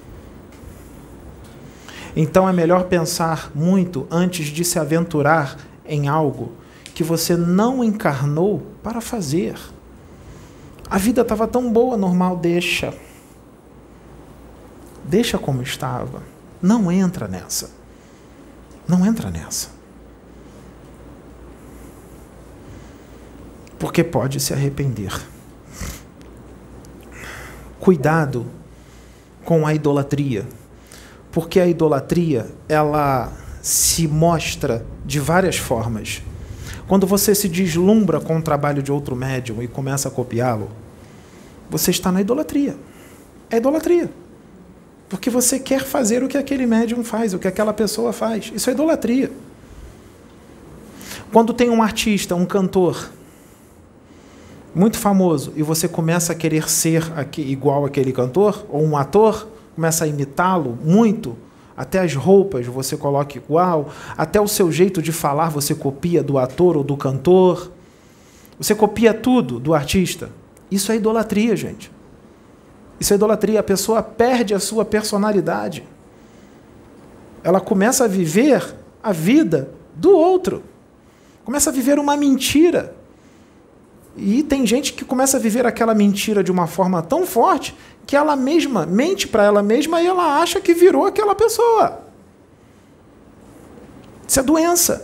Então é melhor pensar muito antes de se aventurar em algo que você não encarnou para fazer. A vida estava tão boa, normal, deixa. Deixa como estava. Não entra nessa. Não entra nessa. Porque pode se arrepender. Cuidado com a idolatria. Porque a idolatria, ela se mostra de várias formas. Quando você se deslumbra com o trabalho de outro médium e começa a copiá-lo, você está na idolatria. É idolatria. Porque você quer fazer o que aquele médium faz, o que aquela pessoa faz. Isso é idolatria. Quando tem um artista, um cantor muito famoso, e você começa a querer ser igual aquele cantor, ou um ator, começa a imitá-lo muito, até as roupas você coloca igual, até o seu jeito de falar você copia do ator ou do cantor, Você copia tudo do artista. Isso é idolatria, gente. Isso é idolatria. A pessoa perde a sua personalidade. Ela começa a viver a vida do outro. Começa a viver uma mentira. E tem gente que começa a viver aquela mentira de uma forma tão forte que ela mesma mente para ela mesma e ela acha que virou aquela pessoa. Isso é doença.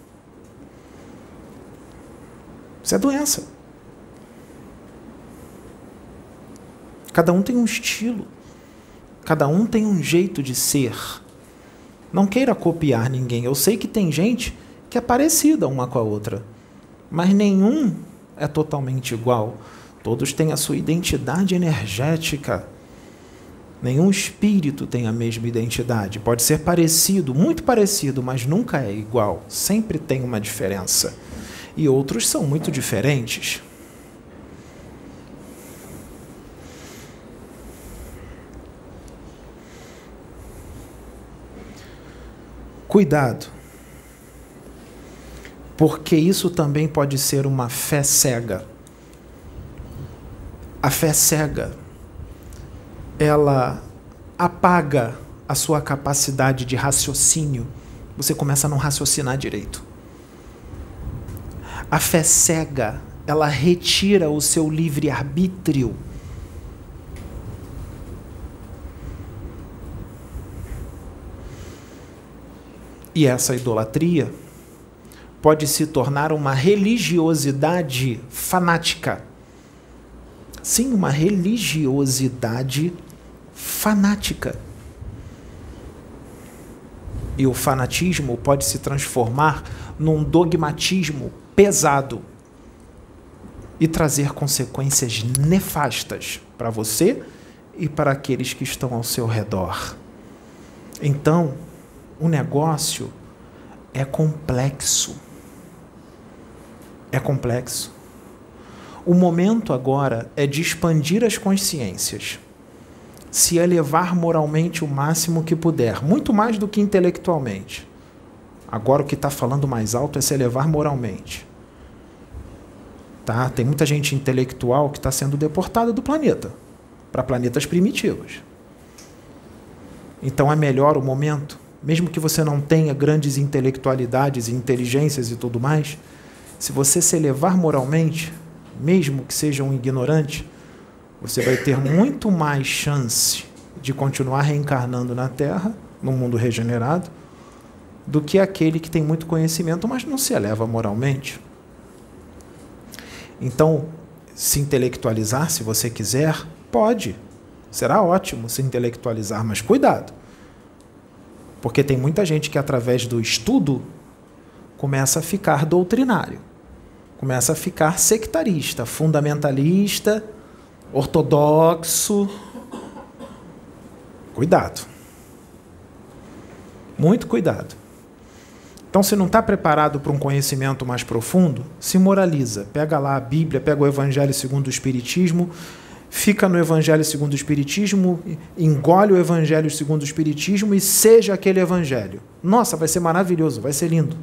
Isso é doença. Cada um tem um estilo. Cada um tem um jeito de ser. Não queira copiar ninguém. Eu sei que tem gente que é parecida uma com a outra, mas nenhum é totalmente igual. Todos têm a sua identidade energética. Nenhum espírito tem a mesma identidade. Pode ser parecido, muito parecido, mas nunca é igual. Sempre tem uma diferença. E outros são muito diferentes. Cuidado, porque isso também pode ser uma fé cega. A fé cega, ela apaga a sua capacidade de raciocínio. Você começa a não raciocinar direito. A fé cega, ela retira o seu livre-arbítrio. E essa idolatria pode se tornar uma religiosidade fanática. Sim, uma religiosidade fanática. E o fanatismo pode se transformar num dogmatismo pesado e trazer consequências nefastas para você e para aqueles que estão ao seu redor. Então, o negócio é complexo. É complexo. O momento agora é de expandir as consciências, se elevar moralmente o máximo que puder, muito mais do que intelectualmente. Agora o que está falando mais alto é se elevar moralmente. Tá? Tem muita gente intelectual que está sendo deportada do planeta, para planetas primitivos. Então é melhor o momento, mesmo que você não tenha grandes intelectualidades e inteligências e tudo mais, se você se elevar moralmente, mesmo que seja um ignorante, você vai ter muito mais chance de continuar reencarnando na Terra, no mundo regenerado, do que aquele que tem muito conhecimento, mas não se eleva moralmente. Então, se intelectualizar, se você quiser, pode. Será ótimo se intelectualizar, mas cuidado. Porque tem muita gente que, através do estudo, começa a ficar doutrinário. Começa a ficar sectarista, fundamentalista, ortodoxo. Cuidado. Muito cuidado. Então, se não está preparado para um conhecimento mais profundo, se moraliza. Pega lá a Bíblia, pega o Evangelho segundo o Espiritismo, fica no Evangelho segundo o Espiritismo, engole o Evangelho segundo o Espiritismo e seja aquele Evangelho. Nossa, vai ser maravilhoso, vai ser lindo.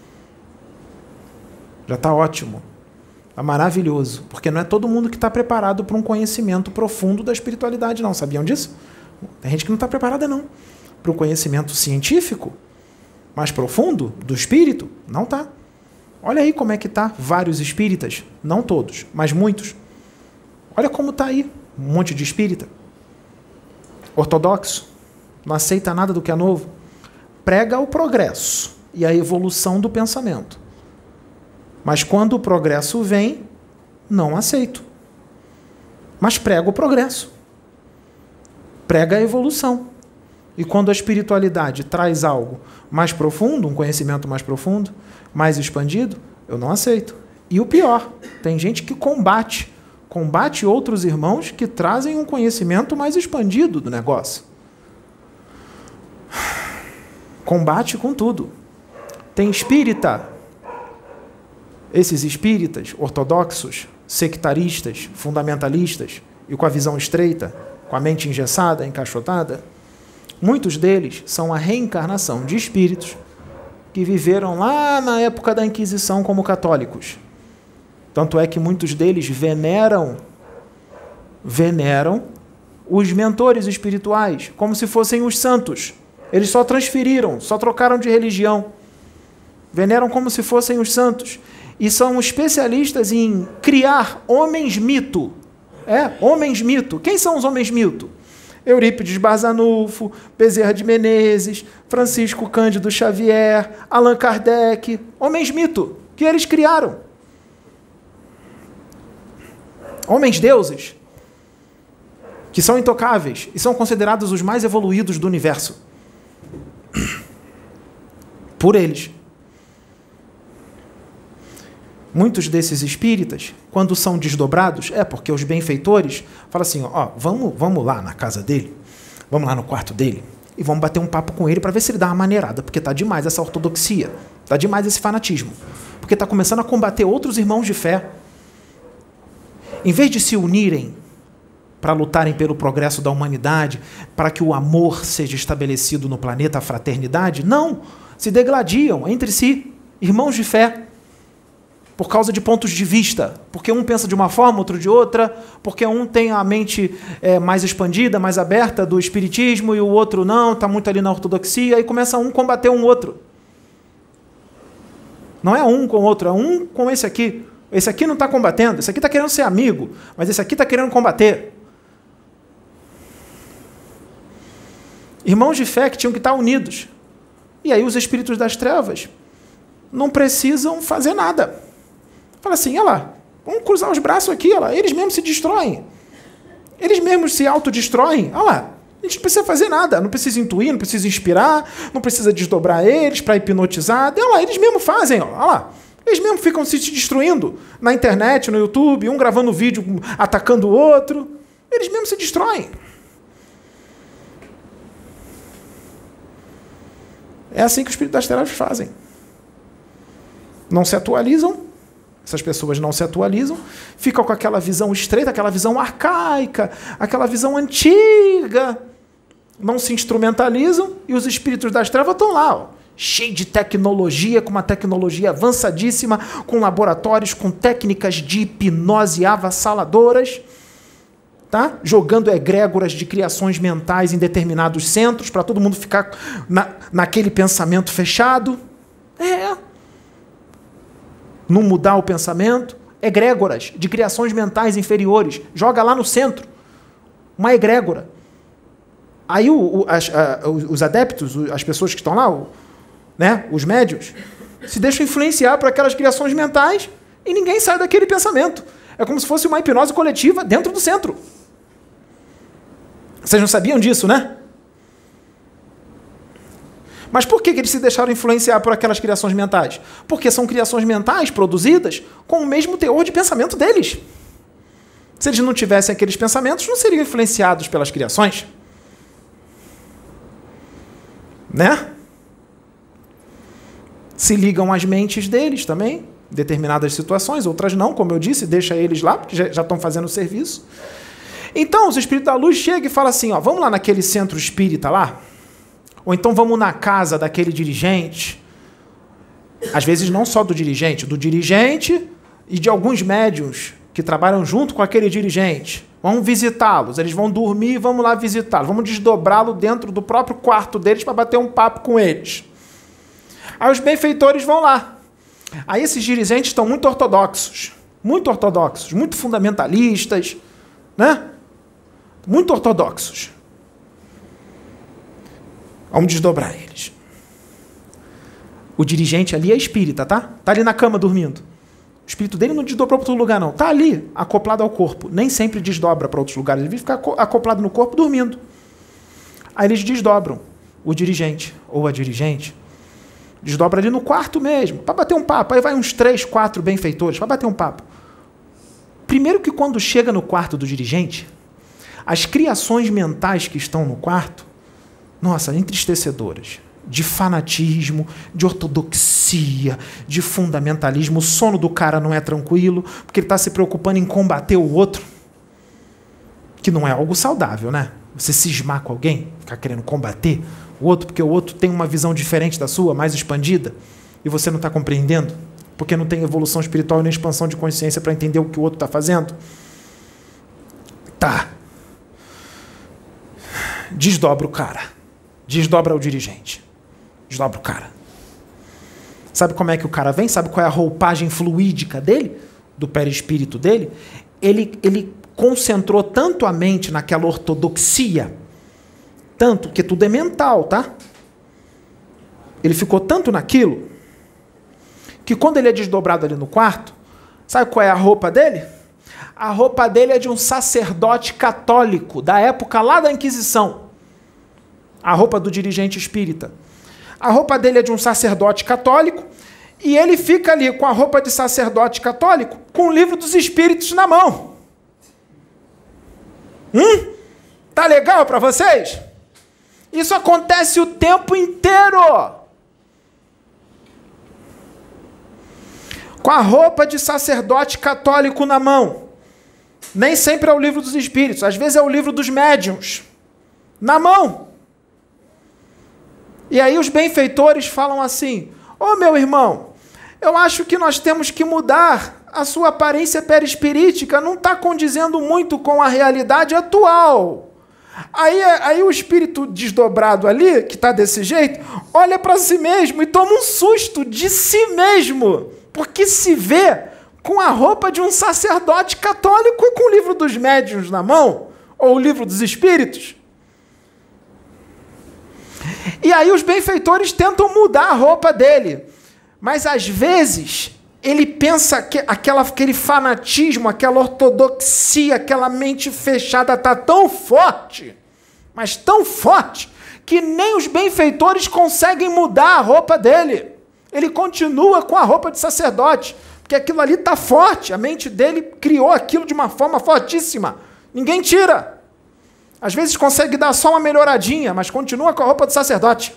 Já está ótimo. Está maravilhoso. Porque não é todo mundo que está preparado para um conhecimento profundo da espiritualidade, não. Sabiam disso? Tem gente que não está preparada, não. Para o conhecimento científico mais profundo do espírito, não está. Olha aí como é que está vários espíritas. Não todos, mas muitos. Olha como está aí um monte de espírita. Ortodoxo. Não aceita nada do que é novo. Prega o progresso e a evolução do pensamento. Mas quando o progresso vem, não aceito. Mas prega o progresso. Prega a evolução. E quando a espiritualidade traz algo mais profundo, um conhecimento mais profundo, mais expandido, eu não aceito. E o pior, tem gente que combate outros irmãos que trazem um conhecimento mais expandido do negócio. Combate com tudo. Tem espírita. Esses espíritas ortodoxos, sectaristas, fundamentalistas e com a visão estreita, com a mente engessada, encaixotada, muitos deles são a reencarnação de espíritos que viveram lá na época da Inquisição como católicos. Tanto é que muitos deles veneram os mentores espirituais, como se fossem os santos. Eles só transferiram, só trocaram de religião. Veneram como se fossem os santos. E são especialistas em criar homens-mito. Homens-mito. Quem são os homens-mito? Eurípides Barzanufo, Bezerra de Menezes, Francisco Cândido Xavier, Allan Kardec. Homens-mito que eles criaram. Homens-deuses, que são intocáveis e são considerados os mais evoluídos do universo. Por eles. Muitos desses espíritas, quando são desdobrados, porque os benfeitores falam assim, vamos lá na casa dele, vamos lá no quarto dele, e vamos bater um papo com ele para ver se ele dá uma maneirada, porque está demais essa ortodoxia, está demais esse fanatismo, porque está começando a combater outros irmãos de fé. Em vez de se unirem para lutarem pelo progresso da humanidade, para que o amor seja estabelecido no planeta, a fraternidade, não, se degladiam entre si, irmãos de fé, por causa de pontos de vista, porque um pensa de uma forma, outro de outra, porque um tem a mente mais expandida, mais aberta do espiritismo, e o outro não, está muito ali na ortodoxia, e começa um combater um outro. Não é um com o outro, é um com esse aqui. Esse aqui não está combatendo, esse aqui está querendo ser amigo, mas esse aqui está querendo combater. Irmãos de fé que tinham que estar unidos. E aí os espíritos das trevas não precisam fazer nada. Fala assim, olha lá, vamos cruzar os braços aqui, olha lá, eles mesmos se destroem. Eles mesmos se autodestroem, olha lá. A gente não precisa fazer nada, não precisa intuir, não precisa inspirar, não precisa desdobrar eles para hipnotizar. Olha lá, eles mesmos fazem, olha lá. Eles mesmos ficam se destruindo na internet, no YouTube, um gravando vídeo atacando o outro. Eles mesmos se destroem. É assim que os espíritos das trevas fazem. Não se atualizam, essas pessoas não se atualizam, ficam com aquela visão estreita, aquela visão arcaica, aquela visão antiga, não se instrumentalizam, e os espíritos das trevas estão lá, cheio de tecnologia, com uma tecnologia avançadíssima, com laboratórios, com técnicas de hipnose avassaladoras, tá? Jogando egrégoras de criações mentais em determinados centros, para todo mundo ficar naquele pensamento fechado. Não mudar o pensamento. Egrégoras de criações mentais inferiores. Joga lá no centro. Uma egrégora. Aí os adeptos, as pessoas que estão lá, os médiuns, se deixam influenciar por aquelas criações mentais e ninguém sai daquele pensamento. É como se fosse uma hipnose coletiva dentro do centro. Vocês não sabiam disso, né? Mas por que eles se deixaram influenciar por aquelas criações mentais? Porque são criações mentais produzidas com o mesmo teor de pensamento deles. Se eles não tivessem aqueles pensamentos, não seriam influenciados pelas criações. Né? Se ligam às mentes deles também, em determinadas situações, outras não, como eu disse, deixa eles lá, porque já estão fazendo o serviço. Então, os espíritos da luz chegam e falam assim, vamos lá naquele centro espírita lá, ou então vamos na casa daquele dirigente, às vezes não só do dirigente e de alguns médiuns que trabalham junto com aquele dirigente. Vamos visitá-los, eles vão dormir e vamos lá visitá-los, vamos desdobrá-lo dentro do próprio quarto deles para bater um papo com eles. Aí os benfeitores vão lá. Aí esses dirigentes estão muito ortodoxos, muito fundamentalistas, né? Muito ortodoxos. Vamos desdobrar eles. O dirigente ali é espírita, tá? Tá ali na cama dormindo. O espírito dele não desdobrou para outro lugar, não. Tá ali, acoplado ao corpo. Nem sempre desdobra para outros lugares. Ele vive ficar acoplado no corpo dormindo. Aí eles desdobram o dirigente ou a dirigente. Desdobra ali no quarto mesmo, para bater um papo. Aí vai uns 3, 4 benfeitores para bater um papo. Primeiro que quando chega no quarto do dirigente, as criações mentais que estão no quarto, nossa, entristecedoras, de fanatismo, de ortodoxia, de fundamentalismo. O sono do cara não é tranquilo, porque ele está se preocupando em combater o outro, que não é algo saudável, né? Você cismar com alguém, ficar querendo combater o outro, porque o outro tem uma visão diferente da sua, mais expandida, e você não está compreendendo porque não tem evolução espiritual e nem expansão de consciência para entender o que o outro está fazendo? Tá. Desdobra o cara. Desdobra o dirigente. Desdobra o cara. Sabe como é que o cara vem? Sabe qual é a roupagem fluídica dele? Do perispírito dele? Ele concentrou tanto a mente naquela ortodoxia, tanto que tudo é mental, tá? Ele ficou tanto naquilo, que quando ele é desdobrado ali no quarto, sabe qual é a roupa dele? A roupa dele é de um sacerdote católico, da época lá da Inquisição. A roupa do dirigente espírita. A roupa dele é de um sacerdote católico, e ele fica ali com a roupa de sacerdote católico, com o livro dos Espíritos na mão. Tá legal para vocês? Isso acontece o tempo inteiro. Com a roupa de sacerdote católico na mão. Nem sempre é o livro dos Espíritos, às vezes é o livro dos médiuns. Na mão. E aí os benfeitores falam assim: ô meu irmão, eu acho que nós temos que mudar a sua aparência perispirítica, não está condizendo muito com a realidade atual. Aí o espírito desdobrado ali, que está desse jeito, olha para si mesmo e toma um susto de si mesmo, porque se vê com a roupa de um sacerdote católico e com o livro dos médiuns na mão, ou o livro dos espíritos. E aí os benfeitores tentam mudar a roupa dele, mas às vezes ele pensa que aquele fanatismo, aquela ortodoxia, aquela mente fechada está tão forte, mas tão forte, que nem os benfeitores conseguem mudar a roupa dele. Ele continua com a roupa de sacerdote, porque aquilo ali está forte, a mente dele criou aquilo de uma forma fortíssima. Ninguém tira. Às vezes consegue dar só uma melhoradinha, mas continua com a roupa de sacerdote.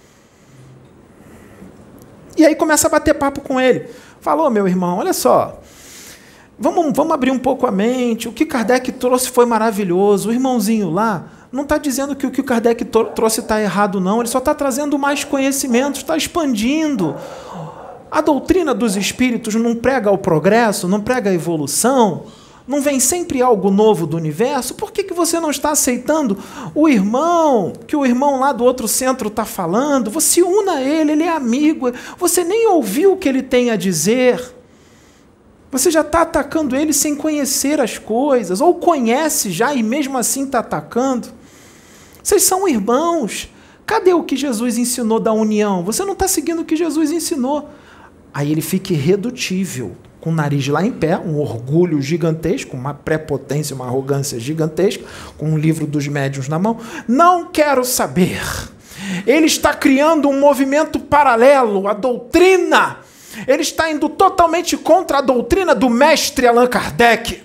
E aí começa a bater papo com ele. Falou, meu irmão, olha só, vamos abrir um pouco a mente, o que Kardec trouxe foi maravilhoso, o irmãozinho lá não está dizendo que o que o Kardec trouxe está errado não, ele só está trazendo mais conhecimentos, está expandindo. A doutrina dos espíritos não prega o progresso, não prega a evolução, não vem sempre algo novo do universo, por que você não está aceitando o irmão, que o irmão lá do outro centro está falando? Você una ele, ele é amigo, você nem ouviu o que ele tem a dizer, você já está atacando ele sem conhecer as coisas, ou conhece já e mesmo assim está atacando. Vocês são irmãos, cadê o que Jesus ensinou da união? Você não está seguindo o que Jesus ensinou. Aí ele fica irredutível, com o nariz lá em pé, um orgulho gigantesco, uma prepotência, uma arrogância gigantesca, com um livro dos médiuns na mão. Não quero saber. Ele está criando um movimento paralelo, a doutrina. Ele está indo totalmente contra a doutrina do mestre Allan Kardec.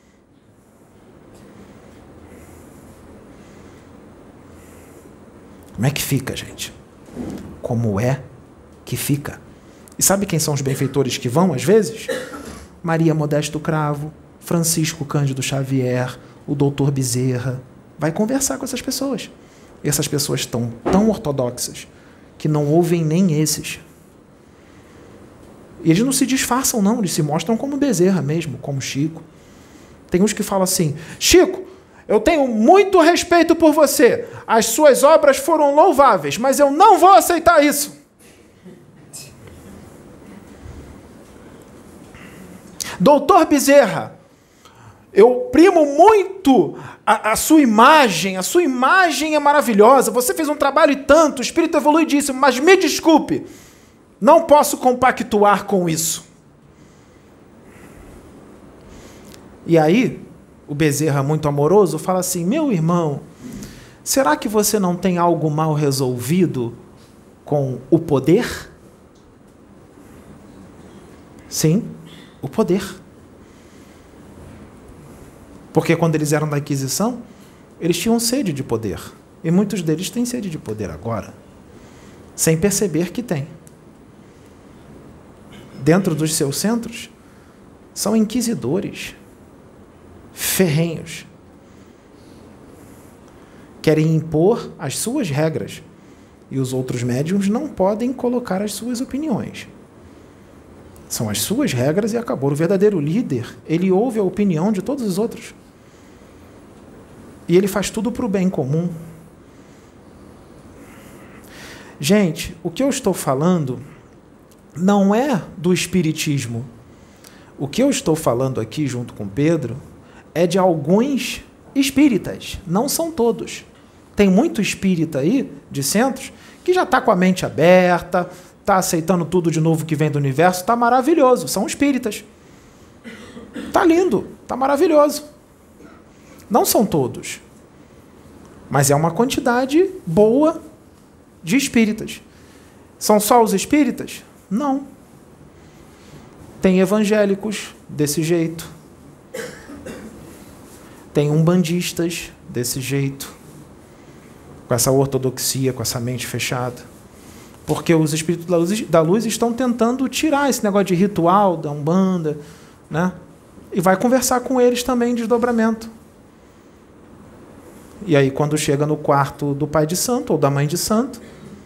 Como é que fica, gente? Como é que fica? E sabe quem são os benfeitores que vão, às vezes? Maria Modesto Cravo, Francisco Cândido Xavier, o doutor Bezerra. Vai conversar com essas pessoas. E essas pessoas estão tão ortodoxas que não ouvem nem esses. E eles não se disfarçam, não. Eles se mostram como Bezerra mesmo, como Chico. Tem uns que falam assim: Chico, eu tenho muito respeito por você. As suas obras foram louváveis, mas eu não vou aceitar isso. Doutor Bezerra, eu primo muito a sua imagem é maravilhosa, você fez um trabalho e tanto, o espírito evoluidíssimo, mas me desculpe, não posso compactuar com isso. E aí, o Bezerra, muito amoroso, fala assim: meu irmão, será que você não tem algo mal resolvido com o poder? Sim, o poder. Porque quando eles eram da Inquisição, eles tinham sede de poder. E muitos deles têm sede de poder agora, sem perceber que têm. Dentro dos seus centros, são inquisidores, ferrenhos. Querem impor as suas regras. E os outros médiuns não podem colocar as suas opiniões. São as suas regras e acabou. O verdadeiro líder, ele ouve a opinião de todos os outros. E ele faz tudo para o bem comum. Gente, o que eu estou falando não é do espiritismo. O que eu estou falando aqui, junto com Pedro, é de alguns espíritas. Não são todos. Tem muito espírita aí, de centros, que já está com a mente aberta, está aceitando tudo de novo que vem do universo, está maravilhoso. São espíritas. Está lindo, está maravilhoso. Não são todos. Mas é uma quantidade boa de espíritas. São só os espíritas? Não. Tem evangélicos desse jeito. Tem umbandistas desse jeito. Com essa ortodoxia, com essa mente fechada. Porque os espíritos da luz estão tentando tirar esse negócio de ritual da Umbanda, né? E vai conversar com eles também em desdobramento. E aí, quando chega no quarto do pai de santo ou da mãe de santo,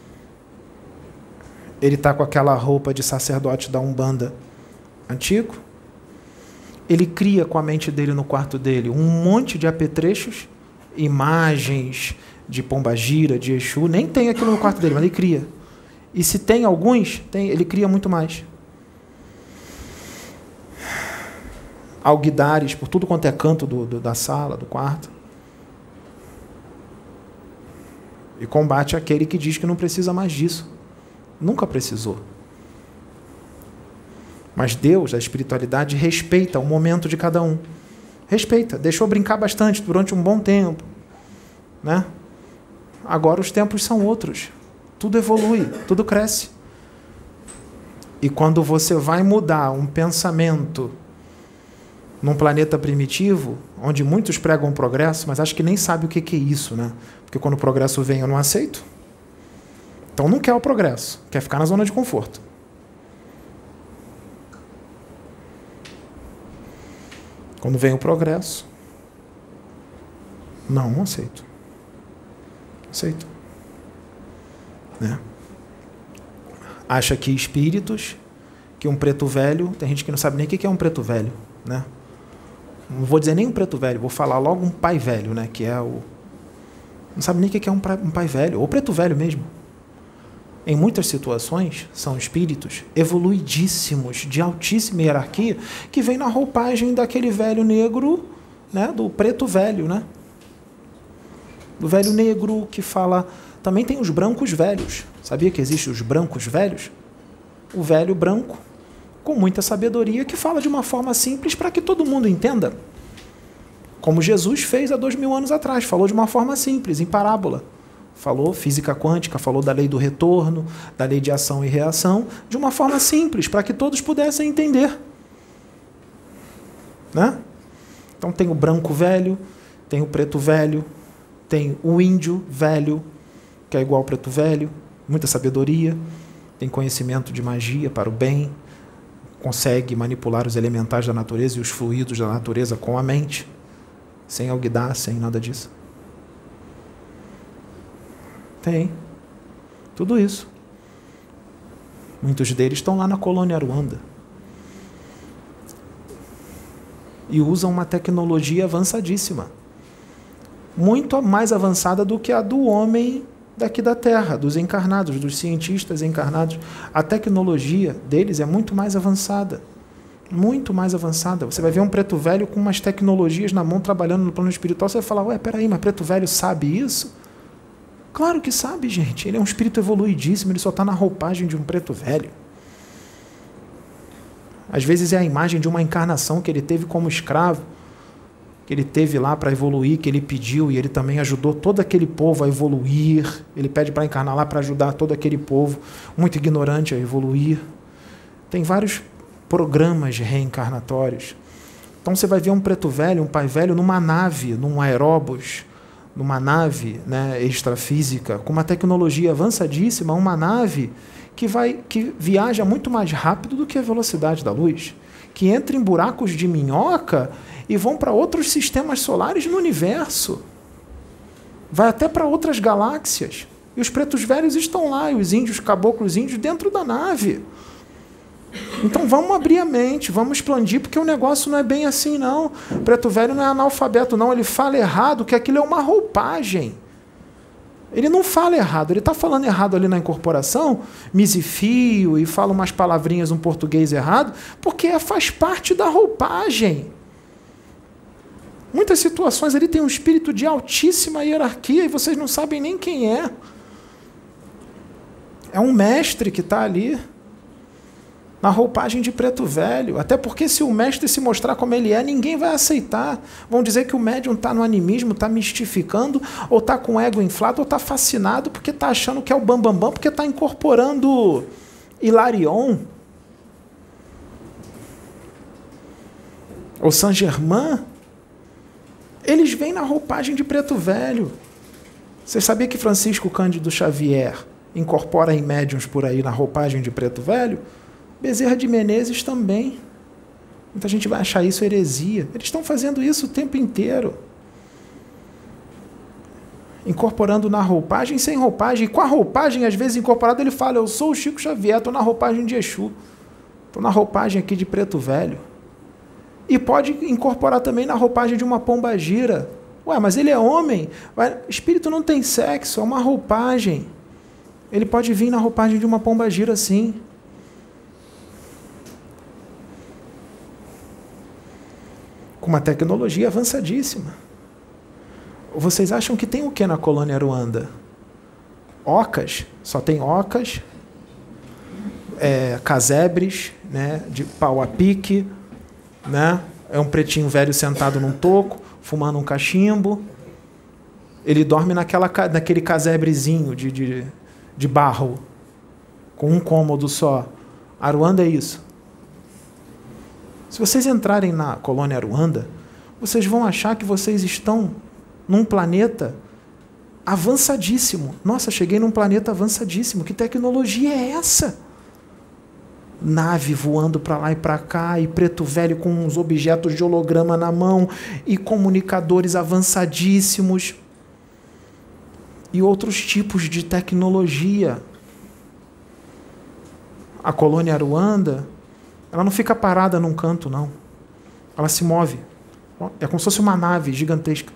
ele está com aquela roupa de sacerdote da Umbanda antigo, ele cria com a mente dele no quarto dele um monte de apetrechos, imagens de Pombagira, de Exu, nem tem aquilo no quarto dele, mas ele cria. E se tem alguns, ele cria muito mais. Alguidares por tudo quanto é canto da sala, do quarto. E combate aquele que diz que não precisa mais disso. Nunca precisou. Mas Deus, a espiritualidade, respeita o momento de cada um. Respeita. Deixou brincar bastante durante um bom tempo, né? Agora os tempos são outros. Tudo evolui, tudo cresce. E quando você vai mudar um pensamento num planeta primitivo, onde muitos pregam progresso, mas acho que nem sabe o que é isso, né? Porque quando o progresso vem, eu não aceito. Então não quer o progresso, quer ficar na zona de conforto. Quando vem o progresso, não aceito. Aceito. Né? Acha que espíritos, que um preto velho, tem gente que não sabe nem o que é um preto velho, né? Não vou dizer nem um preto velho, vou falar logo um pai velho, né? Que é o... Não sabe nem o que é um pai velho, ou preto velho mesmo. Em muitas situações, são espíritos evoluidíssimos, de altíssima hierarquia, que vem na roupagem daquele velho negro, né? Do preto velho, né? Do velho negro que fala... Também tem os brancos velhos. Sabia que existem os brancos velhos? O velho branco, com muita sabedoria, que fala de uma forma simples para que todo mundo entenda. Como Jesus fez há 2000 anos atrás. Falou de uma forma simples, em parábola. Falou física quântica, falou da lei do retorno, da lei de ação e reação, de uma forma simples, para que todos pudessem entender. Né? Então tem o branco velho, tem o preto velho, tem o índio velho, que é igual ao preto velho, muita sabedoria, tem conhecimento de magia para o bem, consegue manipular os elementais da natureza e os fluidos da natureza com a mente, sem alguidar, sem nada disso. Tem. Tudo isso. Muitos deles estão lá na colônia Aruanda. E usam uma tecnologia avançadíssima. Muito mais avançada do que a do homem daqui da Terra, dos encarnados, dos cientistas encarnados. A tecnologia deles é muito mais avançada. Muito mais avançada. Você vai ver um preto velho com umas tecnologias na mão trabalhando no plano espiritual, você vai falar, ué, peraí, mas preto velho sabe isso? Claro que sabe, gente. Ele é um espírito evoluidíssimo, ele só está na roupagem de um preto velho. Às vezes é a imagem de uma encarnação que ele teve como escravo, que ele teve lá para evoluir, que ele pediu, e ele também ajudou todo aquele povo a evoluir. Ele pede para encarnar lá para ajudar todo aquele povo muito ignorante a evoluir. Tem vários programas reencarnatórios. Então você vai ver um preto velho, um pai velho, numa nave, num aeróbus, numa nave, né, extrafísica, com uma tecnologia avançadíssima, uma nave que viaja muito mais rápido do que a velocidade da luz, que entra em buracos de minhoca e vão para outros sistemas solares no universo. Vai até para outras galáxias. E os pretos velhos estão lá, e os índios, caboclos índios, dentro da nave. Então vamos abrir a mente, vamos expandir, porque o negócio não é bem assim, não. Preto Velho não é analfabeto, não. Ele fala errado, que aquilo é uma roupagem. Ele não fala errado, ele está falando errado ali na incorporação, misifio e fala umas palavrinhas, um português errado, porque faz parte da roupagem. Muitas situações ali tem um espírito de altíssima hierarquia e vocês não sabem nem quem é. É um mestre que está ali, na roupagem de Preto Velho. Até porque se o mestre se mostrar como ele é, ninguém vai aceitar. Vão dizer que o médium está no animismo, está mistificando, ou está com o ego inflado, ou está fascinado porque está achando que é o bambambam, porque está incorporando Hilarion. Ou Saint-Germain. Eles vêm na roupagem de Preto Velho. Você sabia que Francisco Cândido Xavier incorpora em médiuns por aí na roupagem de Preto Velho? Bezerra de Menezes também. Muita gente vai achar isso heresia. Eles estão fazendo isso o tempo inteiro. Incorporando na roupagem, sem roupagem. E com a roupagem, às vezes, incorporada, ele fala, eu sou o Chico Xavier, estou na roupagem de Exu. Estou na roupagem aqui de Preto Velho. E pode incorporar também na roupagem de uma pombagira. Ué, mas ele é homem. Espírito não tem sexo, é uma roupagem. Ele pode vir na roupagem de uma pombagira, sim. Com uma tecnologia avançadíssima. Vocês acham que tem o que na colônia Aruanda? Ocas, só tem ocas, casebres, né, de pau a pique, né? É um pretinho velho sentado num toco, fumando um cachimbo. Ele dorme naquele casebrezinho de barro, com um cômodo só. Aruanda é isso. Se vocês entrarem na colônia Aruanda, vocês vão achar que vocês estão num planeta avançadíssimo. Nossa, cheguei num planeta avançadíssimo. Que tecnologia é essa? Nave voando para lá e para cá, e Preto Velho com uns objetos de holograma na mão, e comunicadores avançadíssimos, e outros tipos de tecnologia. A colônia Aruanda, ela não fica parada num canto, não. Ela se move. É como se fosse uma nave gigantesca.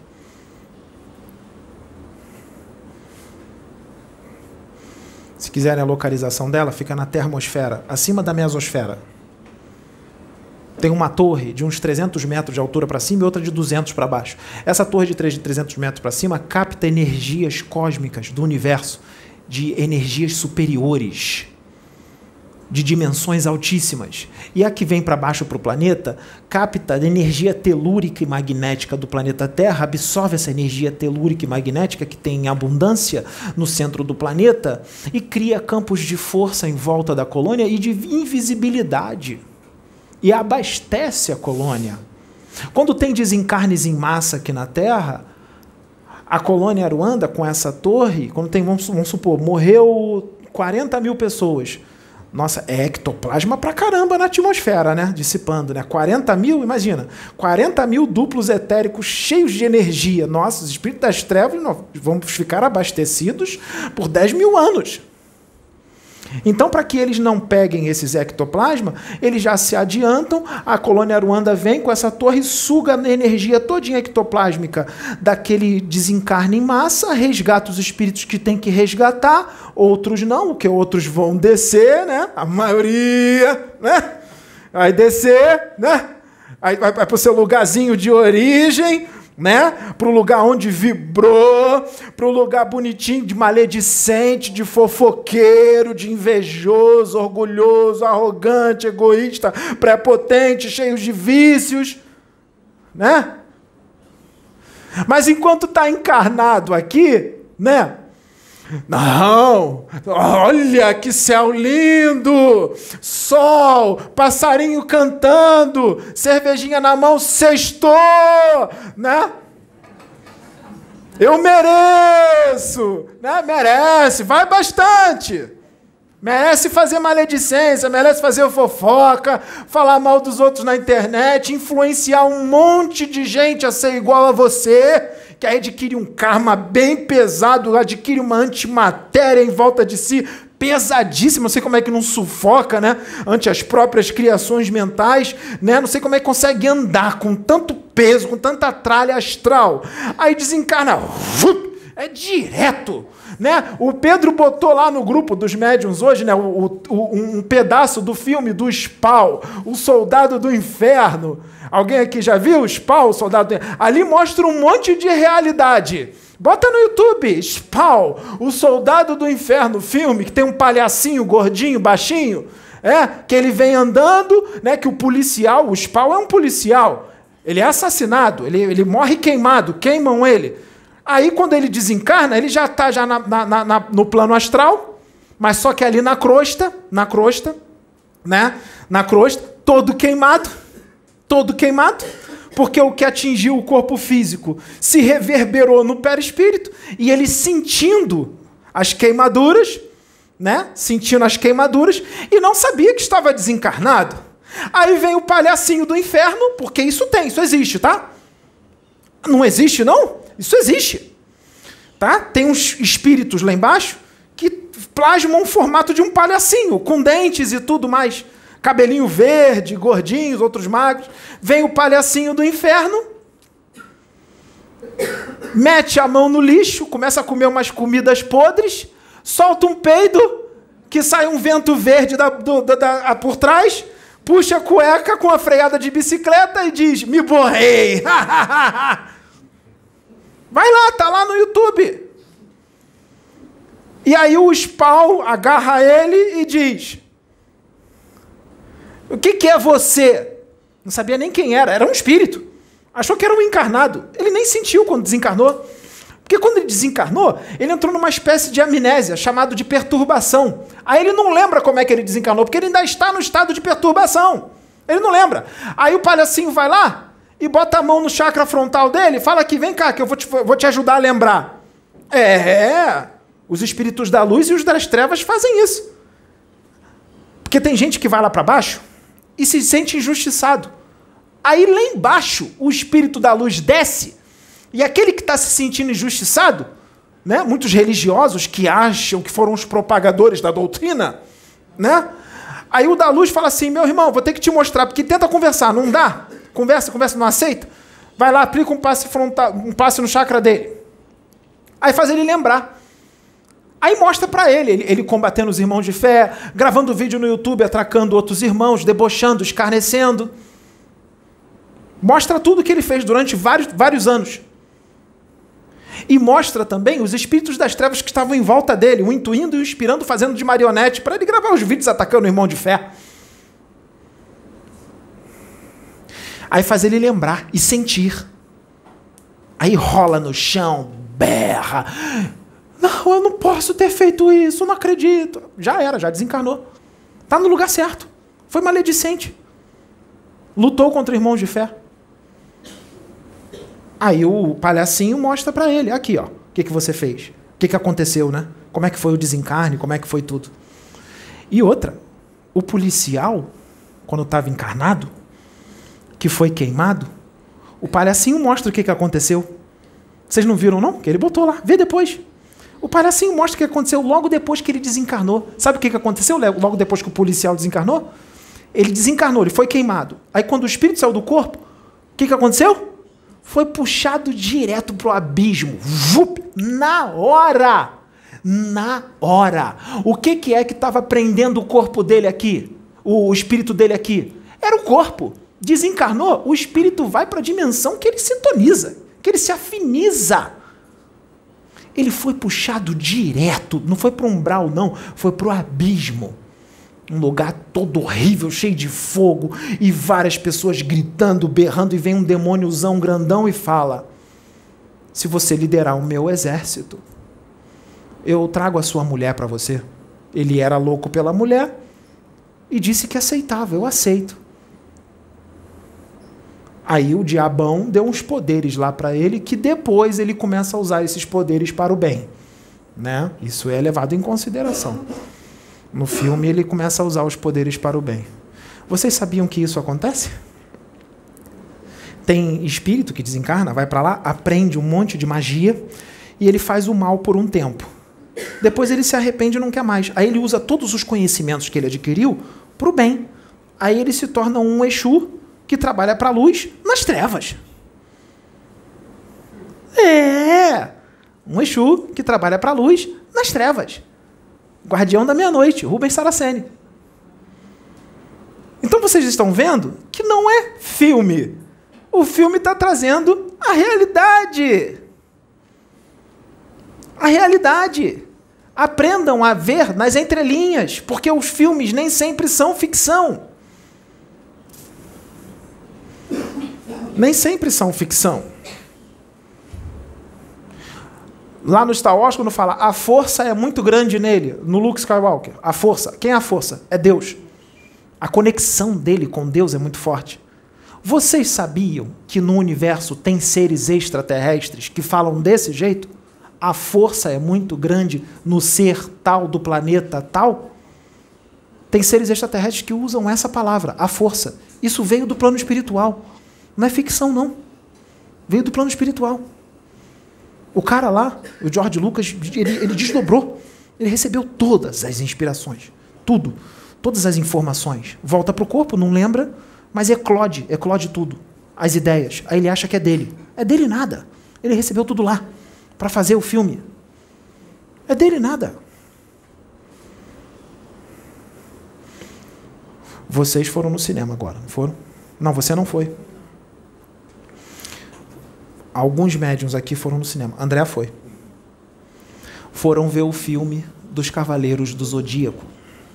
Se quiserem a localização dela, fica na termosfera, acima da mesosfera. Tem uma torre de uns 300 metros de altura para cima e outra de 200 para baixo. Essa torre de 300 metros para cima capta energias cósmicas do universo, de energias superiores, de dimensões altíssimas. E a que vem para baixo para o planeta capta a energia telúrica e magnética do planeta Terra, absorve essa energia telúrica e magnética que tem em abundância no centro do planeta e cria campos de força em volta da colônia e de invisibilidade. E abastece a colônia. Quando tem desencarnes em massa aqui na Terra, a colônia Aruanda, com essa torre, quando tem, vamos supor, morreu 40 mil pessoas. Nossa, é ectoplasma pra caramba na atmosfera, né? Dissipando, né? 40 mil, imagina, 40 mil duplos etéricos cheios de energia. Nossa, os espíritos das trevas vão ficar abastecidos por 10 mil anos. Então, para que eles não peguem esses ectoplasma, eles já se adiantam, a colônia Aruanda vem com essa torre e suga a energia todinha ectoplásmica daquele desencarne em massa, resgata os espíritos que tem que resgatar, outros não, porque outros vão descer, né? A maioria, né? Vai descer, né? Aí vai para o seu lugarzinho de origem, né? Para o lugar onde vibrou, para o lugar bonitinho de maledicente, de fofoqueiro, de invejoso, orgulhoso, arrogante, egoísta, prepotente, cheio de vícios, né? Mas enquanto está encarnado aqui, né? Não, olha que céu lindo, sol, passarinho cantando, cervejinha na mão, sextou, né? Eu mereço, né? Merece, vai bastante. Merece fazer maledicência, merece fazer fofoca, falar mal dos outros na internet, influenciar um monte de gente a ser igual a você, que adquire um karma bem pesado, adquire uma antimatéria em volta de si, pesadíssima, não sei como é que não sufoca, né? Ante as próprias criações mentais, né? Não sei como é que consegue andar com tanto peso, com tanta tralha astral. Aí desencarna, é direto, né? O Pedro botou lá no grupo dos médiuns hoje, né? Um pedaço do filme do Spawn, o Soldado do Inferno. Alguém aqui já viu o Spawn, o Soldado do Inferno? Ali mostra um monte de realidade. Bota no YouTube, Spawn, o Soldado do Inferno, filme, que tem um palhacinho gordinho, baixinho, que ele vem andando, né? Que o policial, o Spawn é um policial, ele é assassinado, ele morre queimado, queimam ele. Aí, quando ele desencarna, ele já está já no plano astral, mas só que ali na crosta, né? Na crosta, todo queimado, porque o que atingiu o corpo físico se reverberou no perispírito, e ele sentindo as queimaduras, né? Sentindo as queimaduras, e não sabia que estava desencarnado. Aí vem o palhacinho do inferno, porque isso existe, tá? Não existe, não? Isso existe, tá? Tem uns espíritos lá embaixo que plasmam o formato de um palhacinho, com dentes e tudo mais. Cabelinho verde, gordinhos, outros magros. Vem o palhacinho do inferno, mete a mão no lixo, começa a comer umas comidas podres, solta um peido, que sai um vento verde por trás, puxa a cueca com a freada de bicicleta e diz, me borrei. Vai lá, tá lá no YouTube. E aí o Spawn agarra ele e diz, o que é você? Não sabia nem quem era um espírito. Achou que era um encarnado. Ele nem sentiu quando desencarnou. Porque quando ele desencarnou, ele entrou numa espécie de amnésia, chamado de perturbação. Aí ele não lembra como é que ele desencarnou, porque ele ainda está no estado de perturbação. Ele não lembra. Aí o palhacinho vai lá e bota a mão no chakra frontal dele, fala aqui, vem cá, que eu vou te ajudar a lembrar. Os espíritos da luz e os das trevas fazem isso. Porque tem gente que vai lá para baixo e se sente injustiçado. Aí lá embaixo, o espírito da luz desce, e aquele que está se sentindo injustiçado, né, muitos religiosos que acham que foram os propagadores da doutrina, né? Aí o da luz fala assim, meu irmão, vou ter que te mostrar, porque tenta conversar, não dá? Conversa, não aceita? Vai lá, aplica um passe frontal, um passe no chakra dele. Aí faz ele lembrar. Aí mostra pra ele combatendo os irmãos de fé, gravando vídeo no YouTube, atracando outros irmãos, debochando, escarnecendo. Mostra tudo que ele fez durante vários anos. E mostra também os espíritos das trevas que estavam em volta dele, o intuindo e o inspirando, fazendo de marionete, para ele gravar os vídeos atacando o irmão de fé. Aí faz ele lembrar e sentir. Aí rola no chão, berra. Não, eu não posso ter feito isso, não acredito. Já desencarnou. Está no lugar certo. Foi maledicente. Lutou contra irmãos de fé. Aí o palhacinho mostra para ele, aqui, ó, o que você fez? O que aconteceu, né? Como é que foi o desencarne? Como é que foi tudo? E outra, o policial, quando estava encarnado, que foi queimado, o palhacinho mostra o que aconteceu. Vocês não viram, não? Que ele botou lá, vê depois. O palhacinho mostra o que aconteceu logo depois que ele desencarnou. Sabe o que aconteceu logo depois que o policial desencarnou? Ele desencarnou, ele foi queimado. Aí quando o espírito saiu do corpo, o que aconteceu? Foi puxado direto para o abismo. Vup, na hora. Na hora. O que é que estava prendendo o corpo dele aqui? O espírito dele aqui? Era o corpo. Desencarnou, o espírito vai para a dimensão que ele sintoniza, que ele se afiniza. Ele foi puxado direto, não foi para o umbral, não, foi para o abismo. Um lugar todo horrível, cheio de fogo, e várias pessoas gritando, berrando, e vem um demôniozão grandão e fala, se você liderar o meu exército, eu trago a sua mulher para você. Ele era louco pela mulher e disse que aceitava, eu aceito. Aí o diabão deu uns poderes lá para ele, que depois ele começa a usar esses poderes para o bem, né? Isso é levado em consideração. No filme ele começa a usar os poderes para o bem. Vocês sabiam que isso acontece? Tem espírito que desencarna, vai para lá, aprende um monte de magia e ele faz o mal por um tempo. depois ele se arrepende e não quer mais. Aí ele usa todos os conhecimentos que ele adquiriu para o bem. Aí ele se torna um Exu que trabalha para a luz nas trevas. Um Exu que trabalha para a luz nas trevas. Guardião da meia-noite, Rubens Saraceni. Então vocês estão vendo que não é filme. O filme está trazendo a realidade. A realidade. Aprendam a ver nas entrelinhas, porque os filmes nem sempre são ficção. Nem sempre são ficção. Lá no Star Wars, quando fala a força é muito grande nele, no Luke Skywalker, a força. Quem é a força? É Deus. A conexão dele com Deus é muito forte. Vocês sabiam que no universo tem seres extraterrestres que falam desse jeito? A força é muito grande no ser tal do planeta tal? Tem seres extraterrestres que usam essa palavra, a força. Isso veio do plano espiritual. Não é ficção, não. Veio do plano espiritual. O cara lá, o George Lucas, ele desdobrou. Ele recebeu todas as inspirações. Tudo. Todas as informações. Volta para o corpo, não lembra, mas eclode tudo. As ideias. Aí ele acha que é dele. É dele nada. Ele recebeu tudo lá para fazer o filme. É dele nada. Vocês foram no cinema agora, não foram? Não, você não foi. Alguns médiuns aqui foram no cinema. André foi. Foram ver o filme dos Cavaleiros do Zodíaco.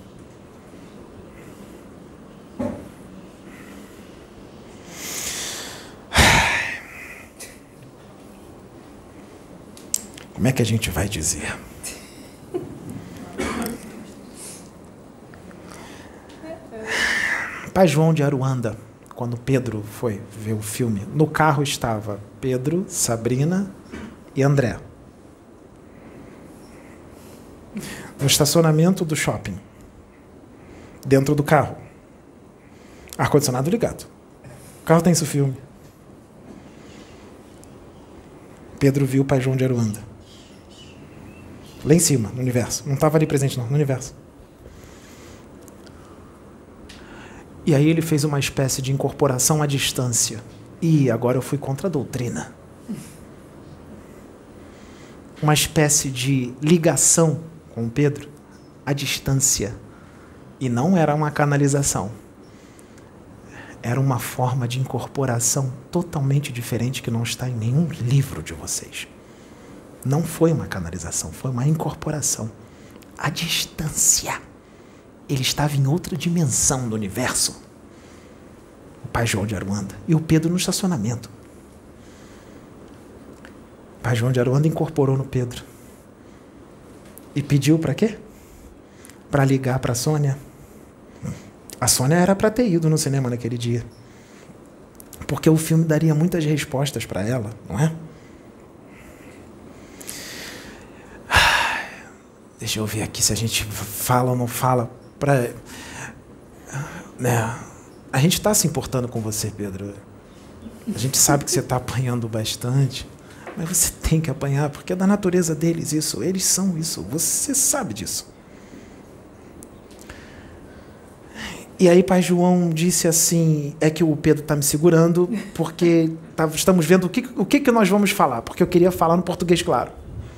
Como é que a gente vai dizer? Pai João de Aruanda, quando Pedro foi ver o filme, no carro estava Pedro, Sabrina e André. No estacionamento do shopping, dentro do carro, ar-condicionado ligado. O carro tem esse filme. Pedro viu o Pai João de Aruanda. Lá em cima, no universo. Não estava ali presente, não, no universo. E aí ele fez uma espécie de incorporação à distância. E agora eu fui contra a doutrina. Uma espécie de ligação com o Pedro à distância. E não era uma canalização. Era uma forma de incorporação totalmente diferente que não está em nenhum livro de vocês. Não foi uma canalização, foi uma incorporação. À distância. Ele estava em outra dimensão do universo. O Pai João de Aruanda. E o Pedro no estacionamento. O Pai João de Aruanda incorporou no Pedro. E pediu para quê? Para ligar para a Sônia. A Sônia era para ter ido no cinema naquele dia. Porque o filme daria muitas respostas para ela, não é? Deixa eu ver aqui se a gente fala ou não fala. A gente está se importando com você, Pedro. A gente sabe que você está apanhando bastante. Mas você tem que apanhar, porque é da natureza deles isso. Eles são isso. Você sabe disso. E aí Pai João disse assim, é que o Pedro está me segurando, porque estamos vendo o que nós vamos falar, porque eu queria falar no português claro.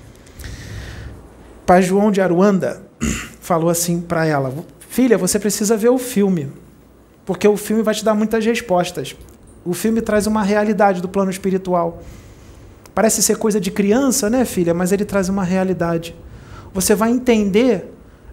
Pai João de Aruanda falou assim para ela, filha, você precisa ver o filme, porque o filme vai te dar muitas respostas. O filme traz uma realidade do plano espiritual. Parece ser coisa de criança, né, filha? Mas ele traz uma realidade. Você vai entender...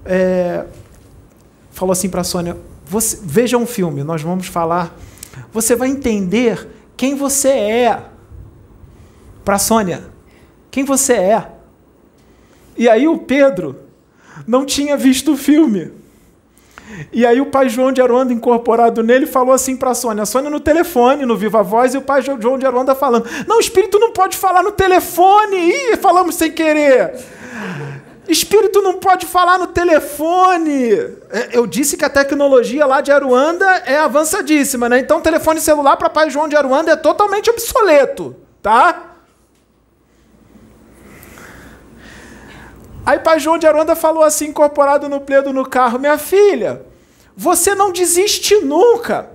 Falou assim para a Sônia, veja um filme, nós vamos falar... Você vai entender quem você é. Para a Sônia, quem você é. E aí o Pedro não tinha visto o filme. E aí o Pai João de Aruanda, incorporado nele, falou assim para a Sônia no telefone, no Viva Voz, e o Pai João de Aruanda falando, não, o espírito não pode falar no telefone. Ih, falamos sem querer. Espírito não pode falar no telefone. Eu disse que a tecnologia lá de Aruanda é avançadíssima, né? Então o telefone celular para Pai João de Aruanda é totalmente obsoleto, tá? Aí pai João de Aruanda falou assim, incorporado no pledo no carro: minha filha, você não desiste nunca.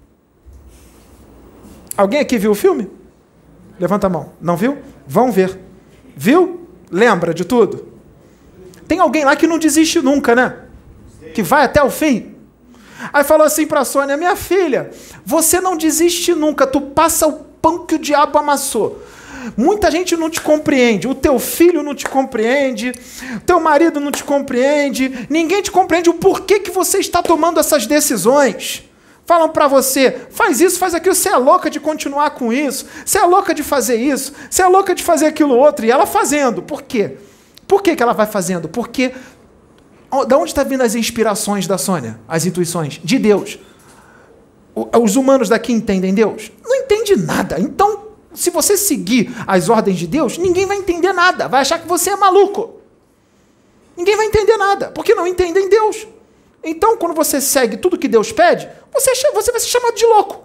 Alguém aqui viu o filme? Levanta a mão. Não viu? Vão ver. Viu? Lembra de tudo? Tem alguém lá que não desiste nunca, né? Que vai até o fim. Aí falou assim para a Sônia: minha filha, você não desiste nunca, tu passa o pão que o diabo amassou. Muita gente não te compreende, o teu filho não te compreende, o teu marido não te compreende, ninguém te compreende o porquê que você está tomando essas decisões. Falam para você: faz isso, faz aquilo, você é louca de continuar com isso, você é louca de fazer isso, você é louca de fazer aquilo outro. E ela fazendo. Por quê? Por que ela vai fazendo? Porque da onde está vindo as inspirações da Sônia? As intuições? De Deus. Os humanos daqui entendem Deus? Não entende nada. Então, se você seguir as ordens de Deus, ninguém vai entender nada. Vai achar que você é maluco. Ninguém vai entender nada, porque não entendem Deus. Então, quando você segue tudo que Deus pede, você vai ser chamado de louco.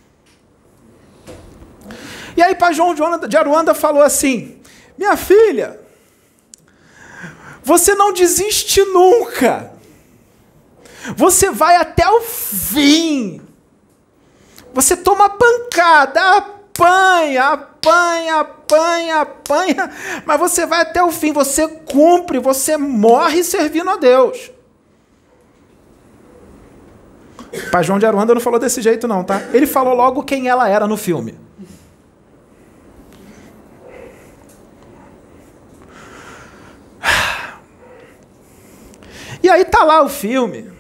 E aí, pai João de Aruanda falou assim: minha filha, você não desiste nunca. Você vai até o fim. Você toma pancada, apanha, mas você vai até o fim, você cumpre, você morre servindo a Deus. Pai João de Aruanda não falou desse jeito não, tá? Ele falou logo quem ela era no filme. E aí tá lá o filme.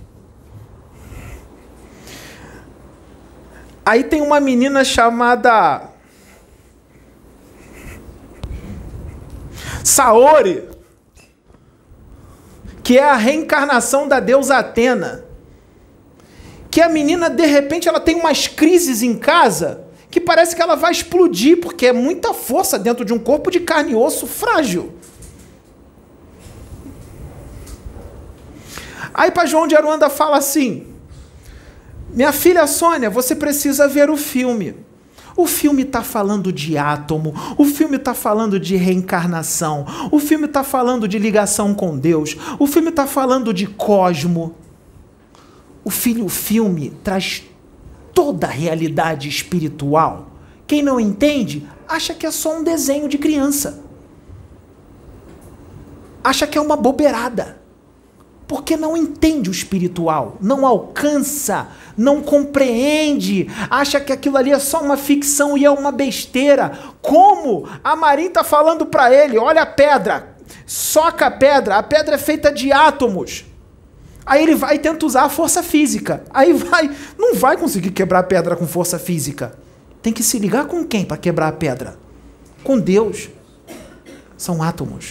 Aí tem uma menina chamada Saori, que é a reencarnação da deusa Atena. Que a menina, de repente, ela tem umas crises em casa que parece que ela vai explodir, porque é muita força dentro de um corpo de carne e osso frágil. Aí pai João de Aruanda fala assim: minha filha Sônia, você precisa ver o filme. O filme está falando de átomo, o filme está falando de reencarnação, o filme está falando de ligação com Deus, o filme está falando de cosmo. O filme traz toda a realidade espiritual. Quem não entende, acha que é só um desenho de criança. Acha que é uma bobeirada. Porque não entende o espiritual, não alcança, não compreende, acha que aquilo ali é só uma ficção e é uma besteira. Como a Marinha está falando para ele: olha a pedra, soca a pedra é feita de átomos. Aí ele vai e tenta usar a força física. Aí não vai conseguir quebrar a pedra com força física. Tem que se ligar com quem para quebrar a pedra? Com Deus. São átomos.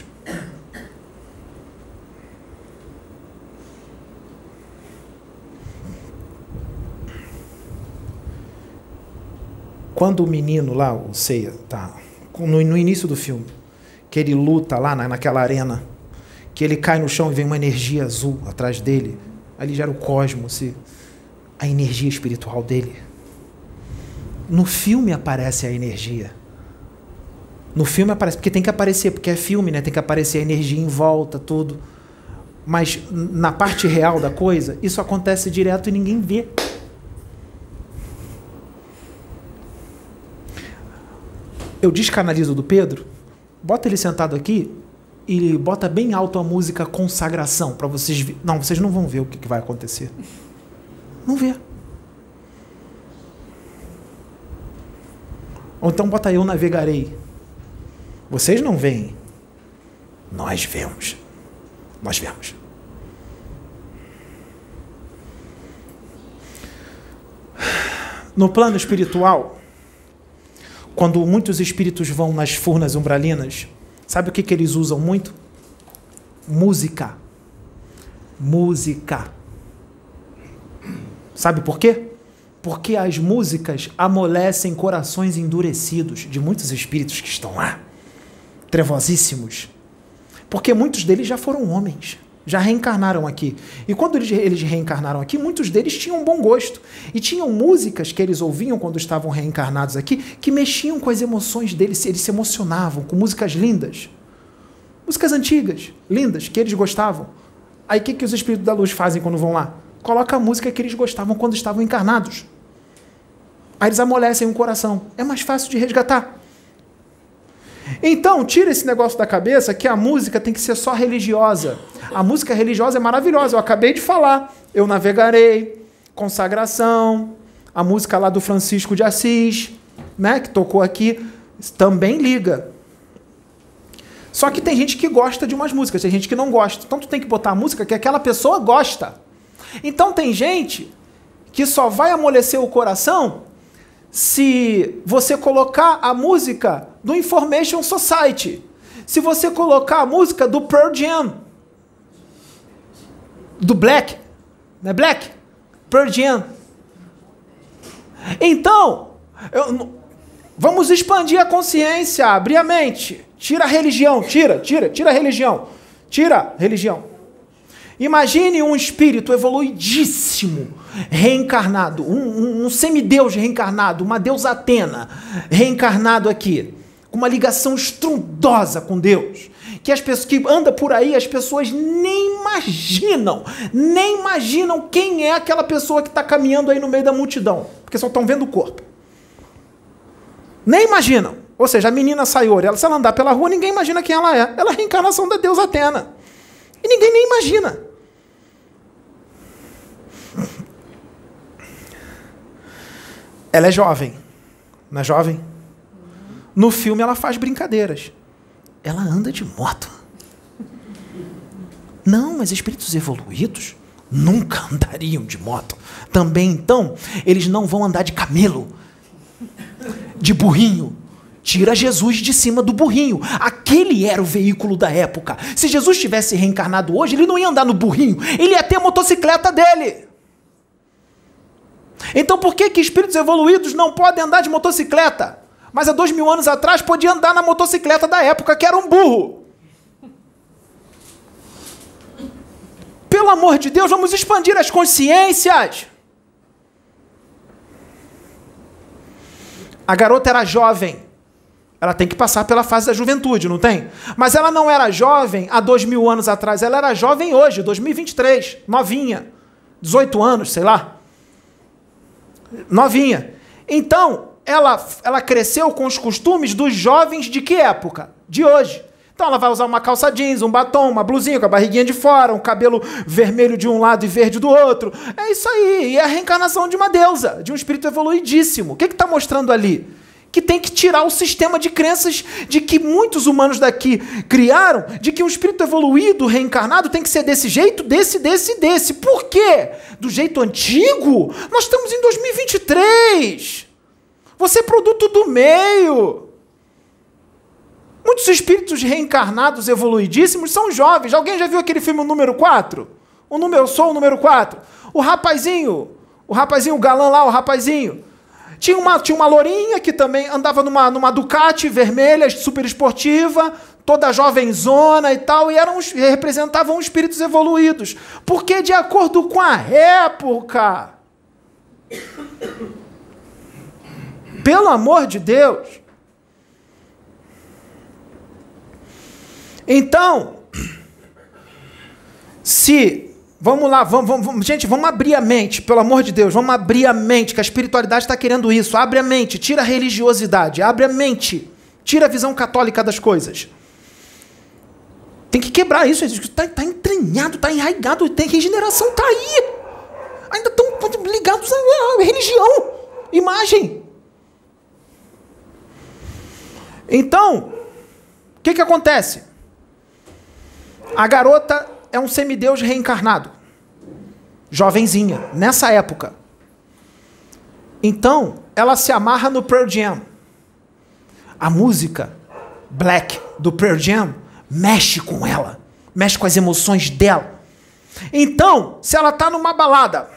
Quando o menino lá, o Seiya, tá no início do filme, que ele luta lá naquela arena, que ele cai no chão e vem uma energia azul atrás dele, ali já era o cosmos, a energia espiritual dele. No filme aparece a energia. No filme aparece, porque tem que aparecer, porque é filme, né? Tem que aparecer a energia em volta, tudo. Mas na parte real da coisa, isso acontece direto e ninguém vê. Eu descanalizo do Pedro, bota ele sentado aqui e bota bem alto a música Consagração, para vocês verem. Não, vocês não vão ver o que vai acontecer. Não vê. Ou então bota Eu Navegarei. Vocês não veem. Nós vemos. Nós vemos. No plano espiritual, quando muitos espíritos vão nas furnas umbralinas, sabe o que eles usam muito? Música. Música. Sabe por quê? Porque as músicas amolecem corações endurecidos de muitos espíritos que estão lá, trevosíssimos. Porque muitos deles já foram homens, já reencarnaram aqui. E quando eles reencarnaram aqui, muitos deles tinham bom gosto. E tinham músicas que eles ouviam quando estavam reencarnados aqui, que mexiam com as emoções deles, eles se emocionavam com músicas lindas. Músicas antigas, lindas, que eles gostavam. Aí o que os espíritos da luz fazem quando vão lá? Coloca a música que eles gostavam quando estavam encarnados. Aí eles amolecem o coração. É mais fácil de resgatar. Então, tira esse negócio da cabeça que a música tem que ser só religiosa. A música religiosa é maravilhosa. Eu acabei de falar. Eu navegarei, consagração, a música lá do Francisco de Assis, né, que tocou aqui, também liga. Só que tem gente que gosta de umas músicas, tem gente que não gosta. Então tu tem que botar a música que aquela pessoa gosta. Então tem gente que só vai amolecer o coração se você colocar a música do Information Society, se você colocar a música do Pearl Jam, do Black, não é Black? Pearl Jam. Então, vamos expandir a consciência, abrir a mente. Tira a religião, tira a religião. Tira a religião. Imagine um espírito evoluidíssimo, reencarnado, um semideus reencarnado, uma deusa Atena reencarnado aqui, com uma ligação estrondosa com Deus, que as pessoas que andam por aí, as pessoas nem imaginam quem é aquela pessoa que está caminhando aí no meio da multidão, porque só estão vendo o corpo. Nem imaginam. Ou seja, a menina Sayori, se ela andar pela rua, ninguém imagina quem ela é. Ela é a reencarnação da deusa Atena. E ninguém nem imagina. Ela é jovem. Não é jovem? No filme ela faz brincadeiras. Ela anda de moto. Não, mas espíritos evoluídos nunca andariam de moto. Também, então, eles não vão andar de camelo, de burrinho. Tira Jesus de cima do burrinho. Aquele era o veículo da época. Se Jesus tivesse reencarnado hoje, ele não ia andar no burrinho, ele ia ter a motocicleta dele. Então por que espíritos evoluídos não podem andar de motocicleta? Mas há 2000 anos atrás podia andar na motocicleta da época, que era um burro. Pelo amor de Deus, vamos expandir as consciências. A garota era jovem. Ela tem que passar pela fase da juventude, não tem? Mas ela não era jovem há 2000 anos atrás. Ela era jovem hoje, 2023, novinha. 18 anos, sei lá. Novinha. Então, ela cresceu com os costumes dos jovens de que época? De hoje. Então ela vai usar uma calça jeans, um batom, uma blusinha com a barriguinha de fora, um cabelo vermelho de um lado e verde do outro. É isso aí. E é a reencarnação de uma deusa, de um espírito evoluidíssimo. O que está mostrando ali? Que tem que tirar o sistema de crenças de que muitos humanos daqui criaram, de que um espírito evoluído, reencarnado, tem que ser desse jeito, desse. Por quê? Do jeito antigo? Nós estamos em 2023. Você é produto do meio. Muitos espíritos reencarnados, evoluidíssimos, são jovens. Alguém já viu aquele filme, o número 4? Eu sou o número 4. O rapazinho, o galã lá, o rapazinho. Tinha uma lourinha que também andava numa Ducati vermelha, super esportiva, toda jovenzona e tal, e representavam espíritos evoluídos. Porque de acordo com a época. Pelo amor de Deus. Então, vamos lá, gente, vamos abrir a mente, pelo amor de Deus, vamos abrir a mente, que a espiritualidade está querendo isso. Abre a mente, tira a religiosidade, abre a mente, tira a visão católica das coisas. Tem que quebrar isso, está entranhado, está enraigado, tem regeneração, está aí. Ainda estão ligados à religião, imagem. Então, o que acontece? A garota é um semideus reencarnado. Jovenzinha, nessa época. Então, ela se amarra no Pearl Jam. A música Black do Pearl Jam mexe com ela. Mexe com as emoções dela. Então, se ela está numa balada,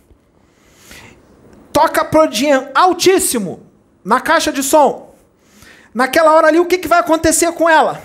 toca Pearl Jam altíssimo na caixa de som. Naquela hora ali, o que vai acontecer com ela?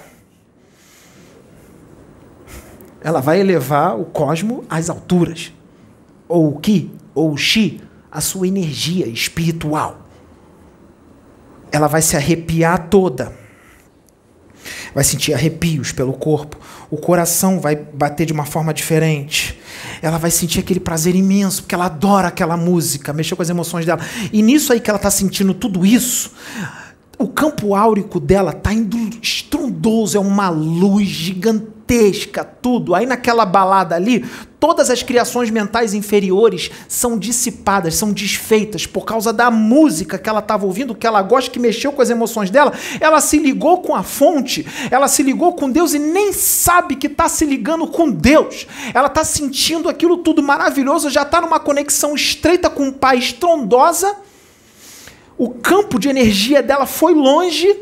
Ela vai elevar o cosmo às alturas. Ou o Ki, ou o Chi, a sua energia espiritual. Ela vai se arrepiar toda. Vai sentir arrepios pelo corpo. O coração vai bater de uma forma diferente. Ela vai sentir aquele prazer imenso, porque ela adora aquela música, mexeu com as emoções dela. E nisso aí que ela está sentindo tudo isso, o campo áurico dela está indo estrondoso, é uma luz gigantesca, tudo. Aí naquela balada ali, todas as criações mentais inferiores são dissipadas, são desfeitas por causa da música que ela estava ouvindo, que ela gosta, que mexeu com as emoções dela. Ela se ligou com a fonte, ela se ligou com Deus e nem sabe que está se ligando com Deus. Ela está sentindo aquilo tudo maravilhoso, já está numa conexão estreita com o Pai, estrondosa. O campo de energia dela foi longe,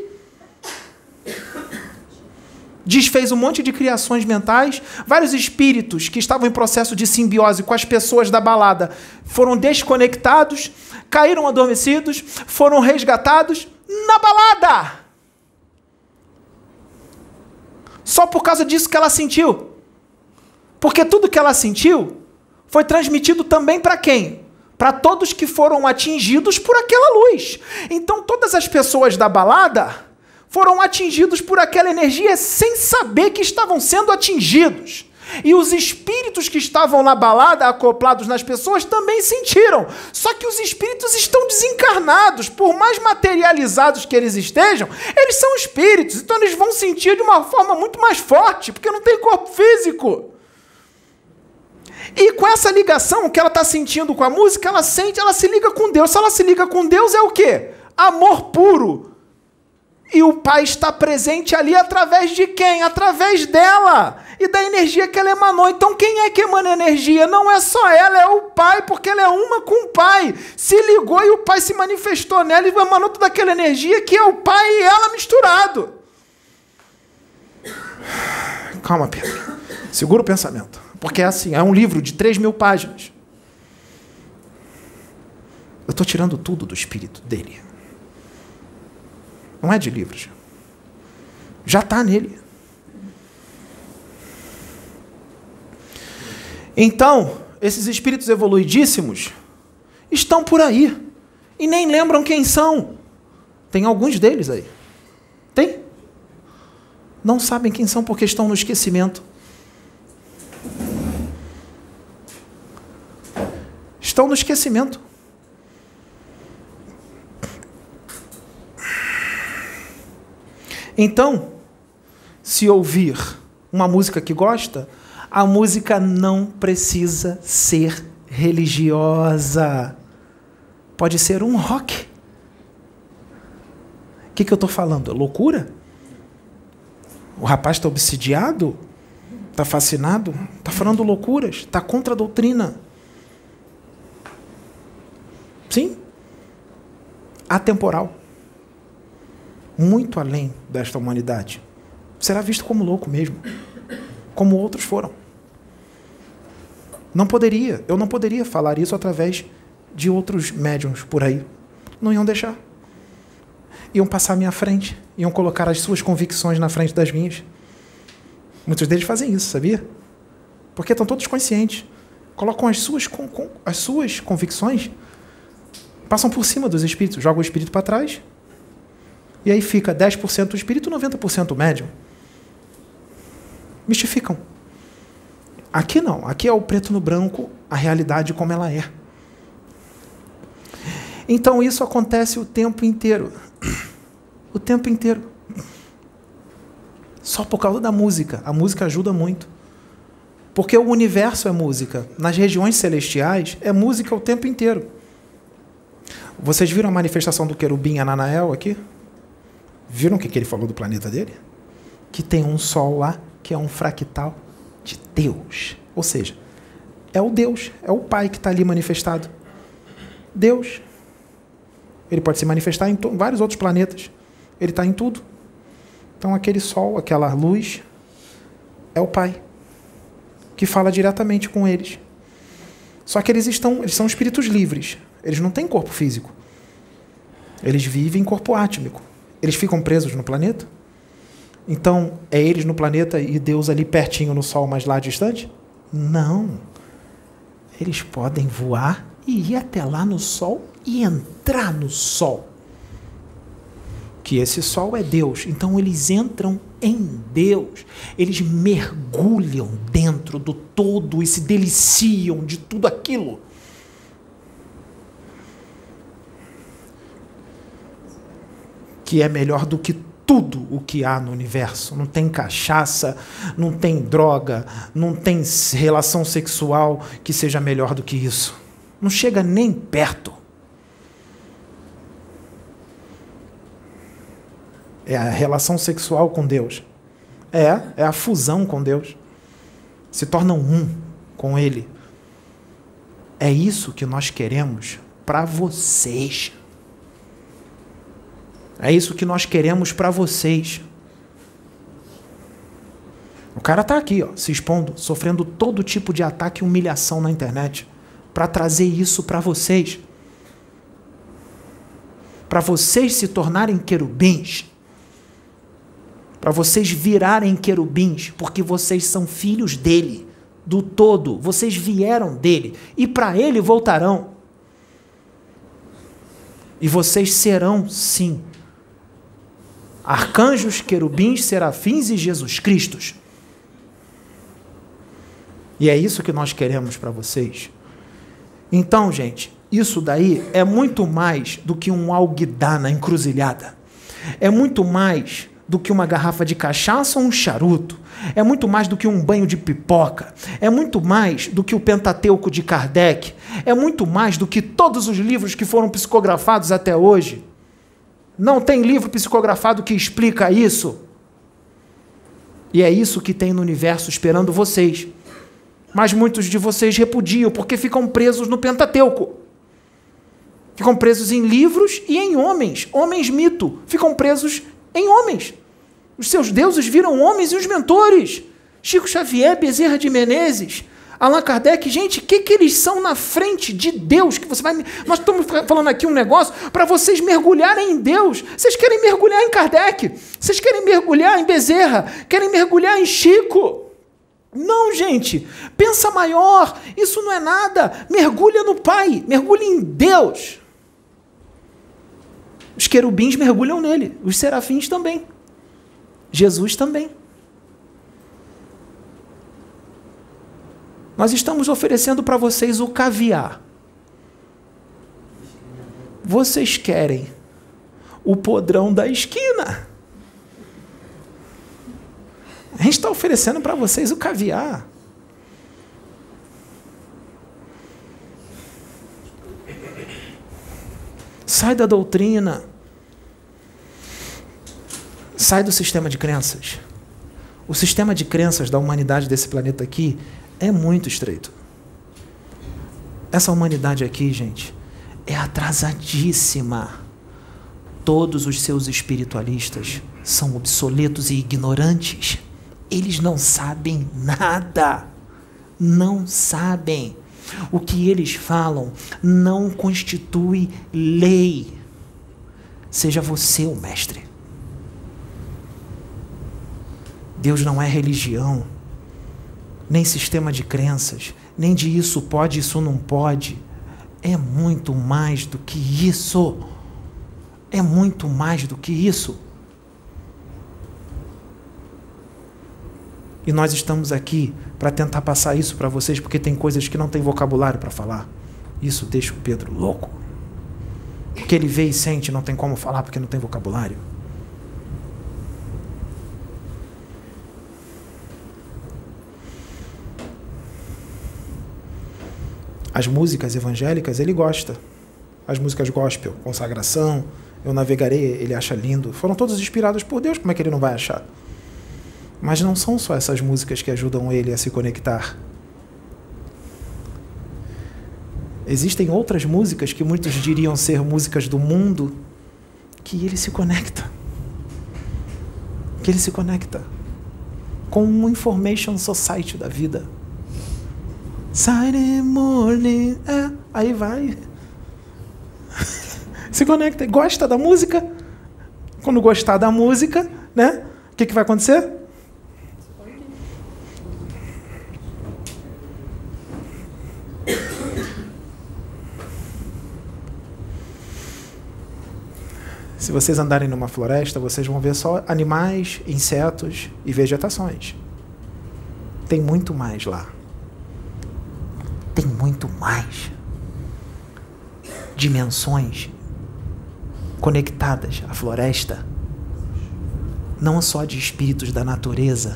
desfez um monte de criações mentais, vários espíritos que estavam em processo de simbiose com as pessoas da balada foram desconectados, caíram adormecidos, foram resgatados na balada. Só por causa disso que ela sentiu. Porque tudo que ela sentiu foi transmitido também para quem? Para todos que foram atingidos por aquela luz. Então todas as pessoas da balada foram atingidos por aquela energia sem saber que estavam sendo atingidos. E os espíritos que estavam na balada, acoplados nas pessoas, também sentiram. Só que os espíritos estão desencarnados. Por mais materializados que eles estejam, eles são espíritos. Então eles vão sentir de uma forma muito mais forte, porque não tem corpo físico. E com essa ligação que ela está sentindo com a música, ela sente, ela se liga com Deus. Se ela se liga com Deus, é o quê? Amor puro. E o Pai está presente ali através de quem? Através dela. E da energia que ela emanou. Então quem é que emana energia? Não é só ela, é o Pai, porque ela é uma com o Pai. Se ligou e o Pai se manifestou nela e emanou toda aquela energia que é o Pai e ela misturado. Calma, Pedro. Segura o pensamento. Porque é assim, é um livro de 3.000 páginas. Eu estou tirando tudo do espírito dele. Não é de livros. Já está nele. Então, esses espíritos evoluidíssimos estão por aí. E nem lembram quem são. Tem alguns deles aí. Tem? Não sabem quem são porque estão no esquecimento. Estão no esquecimento. Então, se ouvir uma música que gosta, a música não precisa ser religiosa. Pode ser um rock. O que eu estou falando? É loucura? O rapaz está obsidiado? Está fascinado? Está falando loucuras? Está contra a doutrina? Sim, atemporal, muito além desta humanidade. Será visto como louco mesmo, como outros foram. Eu não poderia falar isso através de outros médiuns por aí. Não iam deixar. Iam passar à minha frente, iam colocar as suas convicções na frente das minhas. Muitos deles fazem isso, sabia? Porque estão todos conscientes. Colocam as suas convicções, passam por cima dos espíritos, jogam o espírito para trás, e aí fica 10% o espírito, 90% o médium. Mistificam. Aqui não, aqui é o preto no branco, a realidade como ela é. Então isso acontece o tempo inteiro. O tempo inteiro. Só por causa da música. A música ajuda muito. Porque o universo é música. Nas regiões celestiais, é música o tempo inteiro. Vocês viram a manifestação do querubim Ananael aqui? Viram o que ele falou do planeta dele? Que tem um sol lá, que é um fractal de Deus. Ou seja, é o Deus, é o Pai que está ali manifestado. Deus. Ele pode se manifestar em vários outros planetas. Ele está em tudo. Então aquele sol, aquela luz, é o Pai, que fala diretamente com eles. Só que eles são espíritos livres. Eles não têm corpo físico. Eles vivem em corpo átmico. Eles ficam presos no planeta? Então, é eles no planeta e Deus ali pertinho no Sol, mas lá distante? Não. Eles podem voar e ir até lá no Sol e entrar no Sol. Que esse Sol é Deus. Então, eles entram em Deus, eles mergulham dentro do todo e se deliciam de tudo aquilo. Que é melhor do que tudo o que há no universo. Não tem cachaça, não tem droga, não tem relação sexual que seja melhor do que isso. Não chega nem perto. É a relação sexual com Deus. É a fusão com Deus. Se tornam um com Ele. É isso que nós queremos para vocês. É isso que nós queremos para vocês. O cara está aqui, ó, se expondo, sofrendo todo tipo de ataque e humilhação na internet, para trazer isso para vocês. Para vocês se tornarem querubins. Para vocês virarem querubins, porque vocês são filhos dele, do todo. Vocês vieram dele e para ele voltarão. E vocês serão, sim, arcanjos, querubins, serafins e Jesus Cristos. E é isso que nós queremos para vocês. Então, gente, isso daí é muito mais do que um alguidar na encruzilhada. É muito mais do que uma garrafa de cachaça ou um charuto. É muito mais do que um banho de pipoca. É muito mais do que o Pentateuco de Kardec. É muito mais do que todos os livros que foram psicografados até hoje. Não tem livro psicografado que explica isso. E é isso que tem no universo esperando vocês. Mas muitos de vocês repudiam porque ficam presos no Pentateuco. Ficam presos em livros e em homens. Homens mito. Ficam presos em homens. Os seus deuses viram homens e os mentores. Chico Xavier, Bezerra de Menezes, Allan Kardec. Gente, o que eles são na frente de Deus? Que você vai... Nós estamos falando aqui um negócio para vocês mergulharem em Deus. Vocês querem mergulhar em Kardec. Vocês querem mergulhar em Bezerra. Querem mergulhar em Chico. Não, gente. Pensa maior. Isso não é nada. Mergulha no Pai. Mergulha em Deus. Os querubins mergulham nele. Os serafins também. Jesus também. Nós estamos oferecendo para vocês o caviar. Vocês querem o podrão da esquina. A gente está oferecendo para vocês o caviar. Sai da doutrina. Sai do sistema de crenças. O sistema de crenças da humanidade desse planeta aqui é muito estreito. Essa humanidade aqui, gente, é atrasadíssima. Todos os seus espiritualistas são obsoletos e ignorantes. Eles não sabem nada. Não sabem. O que eles falam não constitui lei. Seja você o mestre. Deus não é religião, nem sistema de crenças, nem de isso pode, isso não pode. É muito mais do que isso. É muito mais do que isso. E nós estamos aqui para tentar passar isso para vocês, porque tem coisas que não tem vocabulário para falar. Isso deixa o Pedro louco. Porque ele vê e sente, não tem como falar porque não tem vocabulário. As músicas evangélicas ele gosta. As músicas gospel, consagração, eu navegarei, ele acha lindo. Foram todas inspiradas por Deus, como é que ele não vai achar? Mas não são só essas músicas que ajudam ele a se conectar. Existem outras músicas que muitos diriam ser músicas do mundo, que ele se conecta. Que ele se conecta com um information society da vida. Saturday morning, aí vai. Se conecta, gosta da música. Quando gostar da música, né? O que vai acontecer? Se vocês andarem numa floresta, vocês vão ver só animais, insetos e vegetações. Tem muito mais lá. Tem muito mais. Dimensões conectadas à floresta. Não só de espíritos da natureza.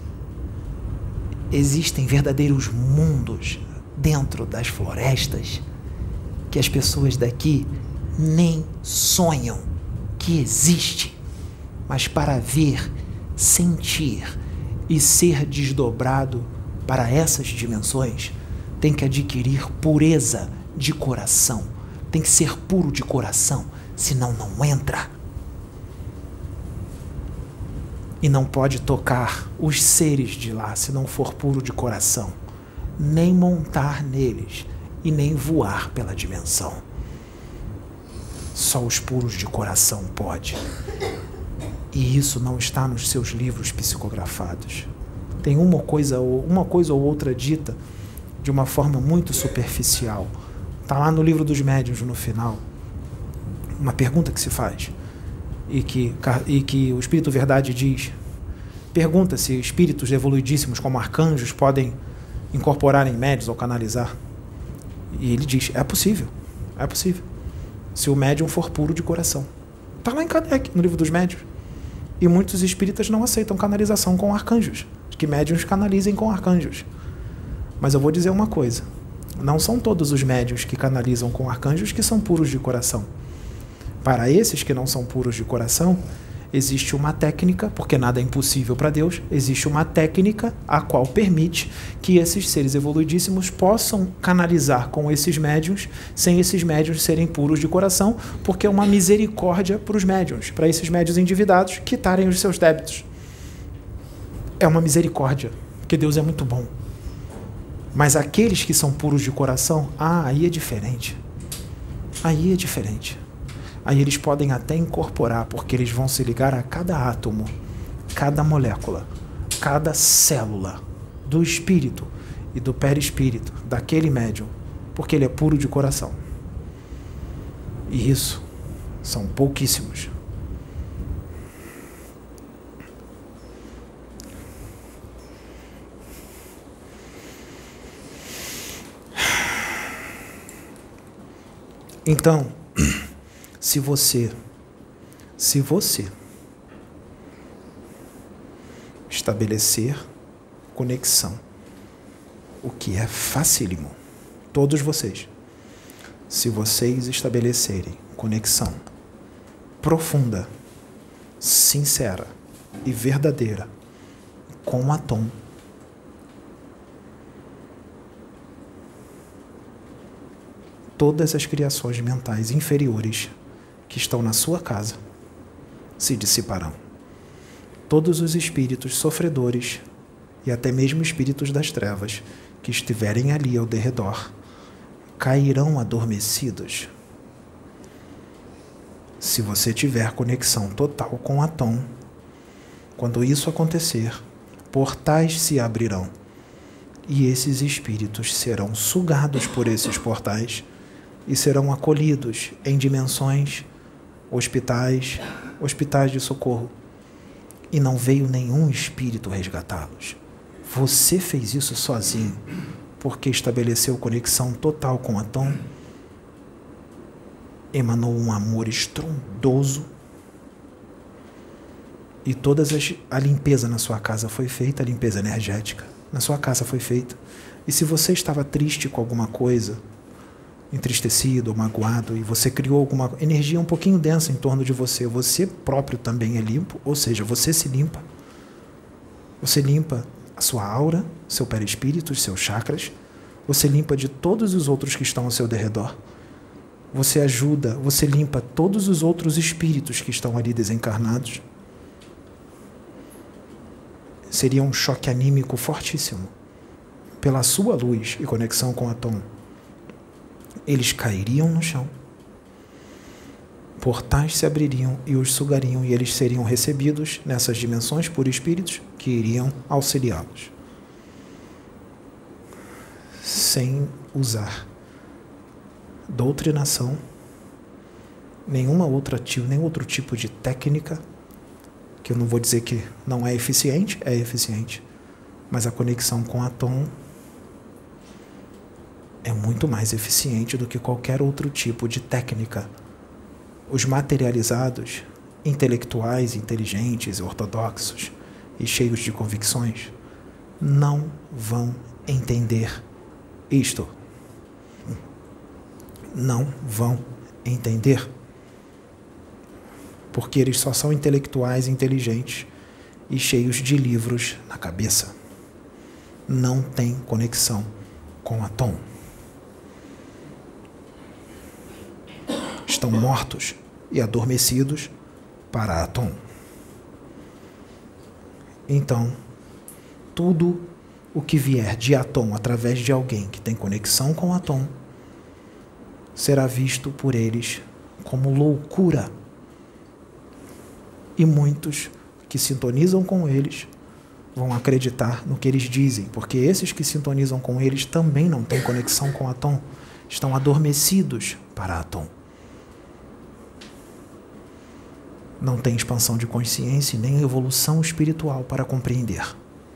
Existem verdadeiros mundos dentro das florestas que as pessoas daqui nem sonham que existe. Mas para ver, sentir e ser desdobrado para essas dimensões, tem que adquirir pureza de coração. Tem que ser puro de coração, senão não entra. E não pode tocar os seres de lá, se não for puro de coração. Nem montar neles e nem voar pela dimensão. Só os puros de coração pode. E isso não está nos seus livros psicografados. Tem uma coisa ou outra dita de uma forma muito superficial. Está lá no livro dos médiuns, no final, uma pergunta que se faz e que o Espírito Verdade diz. Pergunta se espíritos evoluidíssimos como arcanjos podem incorporar em médiuns ou canalizar. E ele diz, é possível, se o médium for puro de coração. Está lá em Kardec, no livro dos médiuns. E muitos espíritas não aceitam canalização com arcanjos, que médiuns canalizem com arcanjos. Mas eu vou dizer uma coisa, não são todos os médiuns que canalizam com arcanjos que são puros de coração. Para esses que não são puros de coração, existe uma técnica, porque nada é impossível para Deus, existe uma técnica a qual permite que esses seres evoluidíssimos possam canalizar com esses médiuns, sem esses médiuns serem puros de coração, porque é uma misericórdia para os médiuns, para esses médiuns endividados quitarem os seus débitos. É uma misericórdia, porque Deus é muito bom. Mas aqueles que são puros de coração, aí é diferente. Aí é diferente. Aí eles podem até incorporar, porque eles vão se ligar a cada átomo, cada molécula, cada célula do espírito e do perispírito daquele médium, porque ele é puro de coração. E isso são pouquíssimos. Então, se você estabelecer conexão, o que é facílimo, todos vocês, se vocês estabelecerem conexão profunda, sincera e verdadeira com o Atom, todas as criações mentais inferiores que estão na sua casa se dissiparão. Todos os espíritos sofredores e até mesmo espíritos das trevas que estiverem ali ao derredor cairão adormecidos. Se você tiver conexão total com o Atom, quando isso acontecer, portais se abrirão e esses espíritos serão sugados por esses portais e serão acolhidos em dimensões, hospitais de socorro. E não veio nenhum espírito resgatá-los. Você fez isso sozinho, porque estabeleceu conexão total com o Atom, emanou um amor estrondoso, e a limpeza na sua casa foi feita, a limpeza energética na sua casa foi feita. E se você estava triste com alguma coisa, entristecido ou magoado, e você criou alguma energia um pouquinho densa em torno de você, você próprio também é limpo, ou seja, você se limpa. Você limpa a sua aura, seu perispírito, os seus chakras, você limpa de todos os outros que estão ao seu derredor. Você ajuda, você limpa todos os outros espíritos que estão ali desencarnados. Seria um choque anímico fortíssimo. Pela sua luz e conexão com o Atom, eles cairiam no chão, portais se abririam e os sugariam, e eles seriam recebidos nessas dimensões por espíritos que iriam auxiliá-los, sem usar doutrinação nenhum outro tipo de técnica, que eu não vou dizer que não é eficiente, mas a conexão com Atom é muito mais eficiente do que qualquer outro tipo de técnica. Os materializados, intelectuais, inteligentes, ortodoxos e cheios de convicções não vão entender isto. Não vão entender. Porque eles só são intelectuais, inteligentes e cheios de livros na cabeça. Não tem conexão com Atom. Estão mortos e adormecidos para Atom. Então, tudo o que vier de Atom através de alguém que tem conexão com Atom será visto por eles como loucura. E muitos que sintonizam com eles vão acreditar no que eles dizem, porque esses que sintonizam com eles também não têm conexão com Atom, estão adormecidos para Atom. Não tem expansão de consciência e nem evolução espiritual para compreender.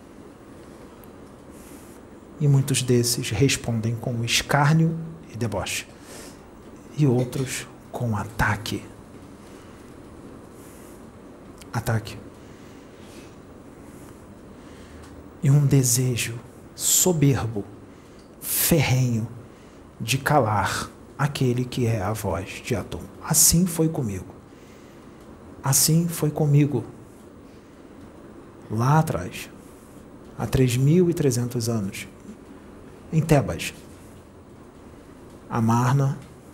E muitos desses respondem com escárnio e deboche, e outros com ataque. Ataque. E um desejo soberbo, ferrenho, de calar aquele que é a voz de Atom. Assim foi comigo. Assim foi comigo. Lá atrás, há 3.300 anos, em Tebas, Amarna,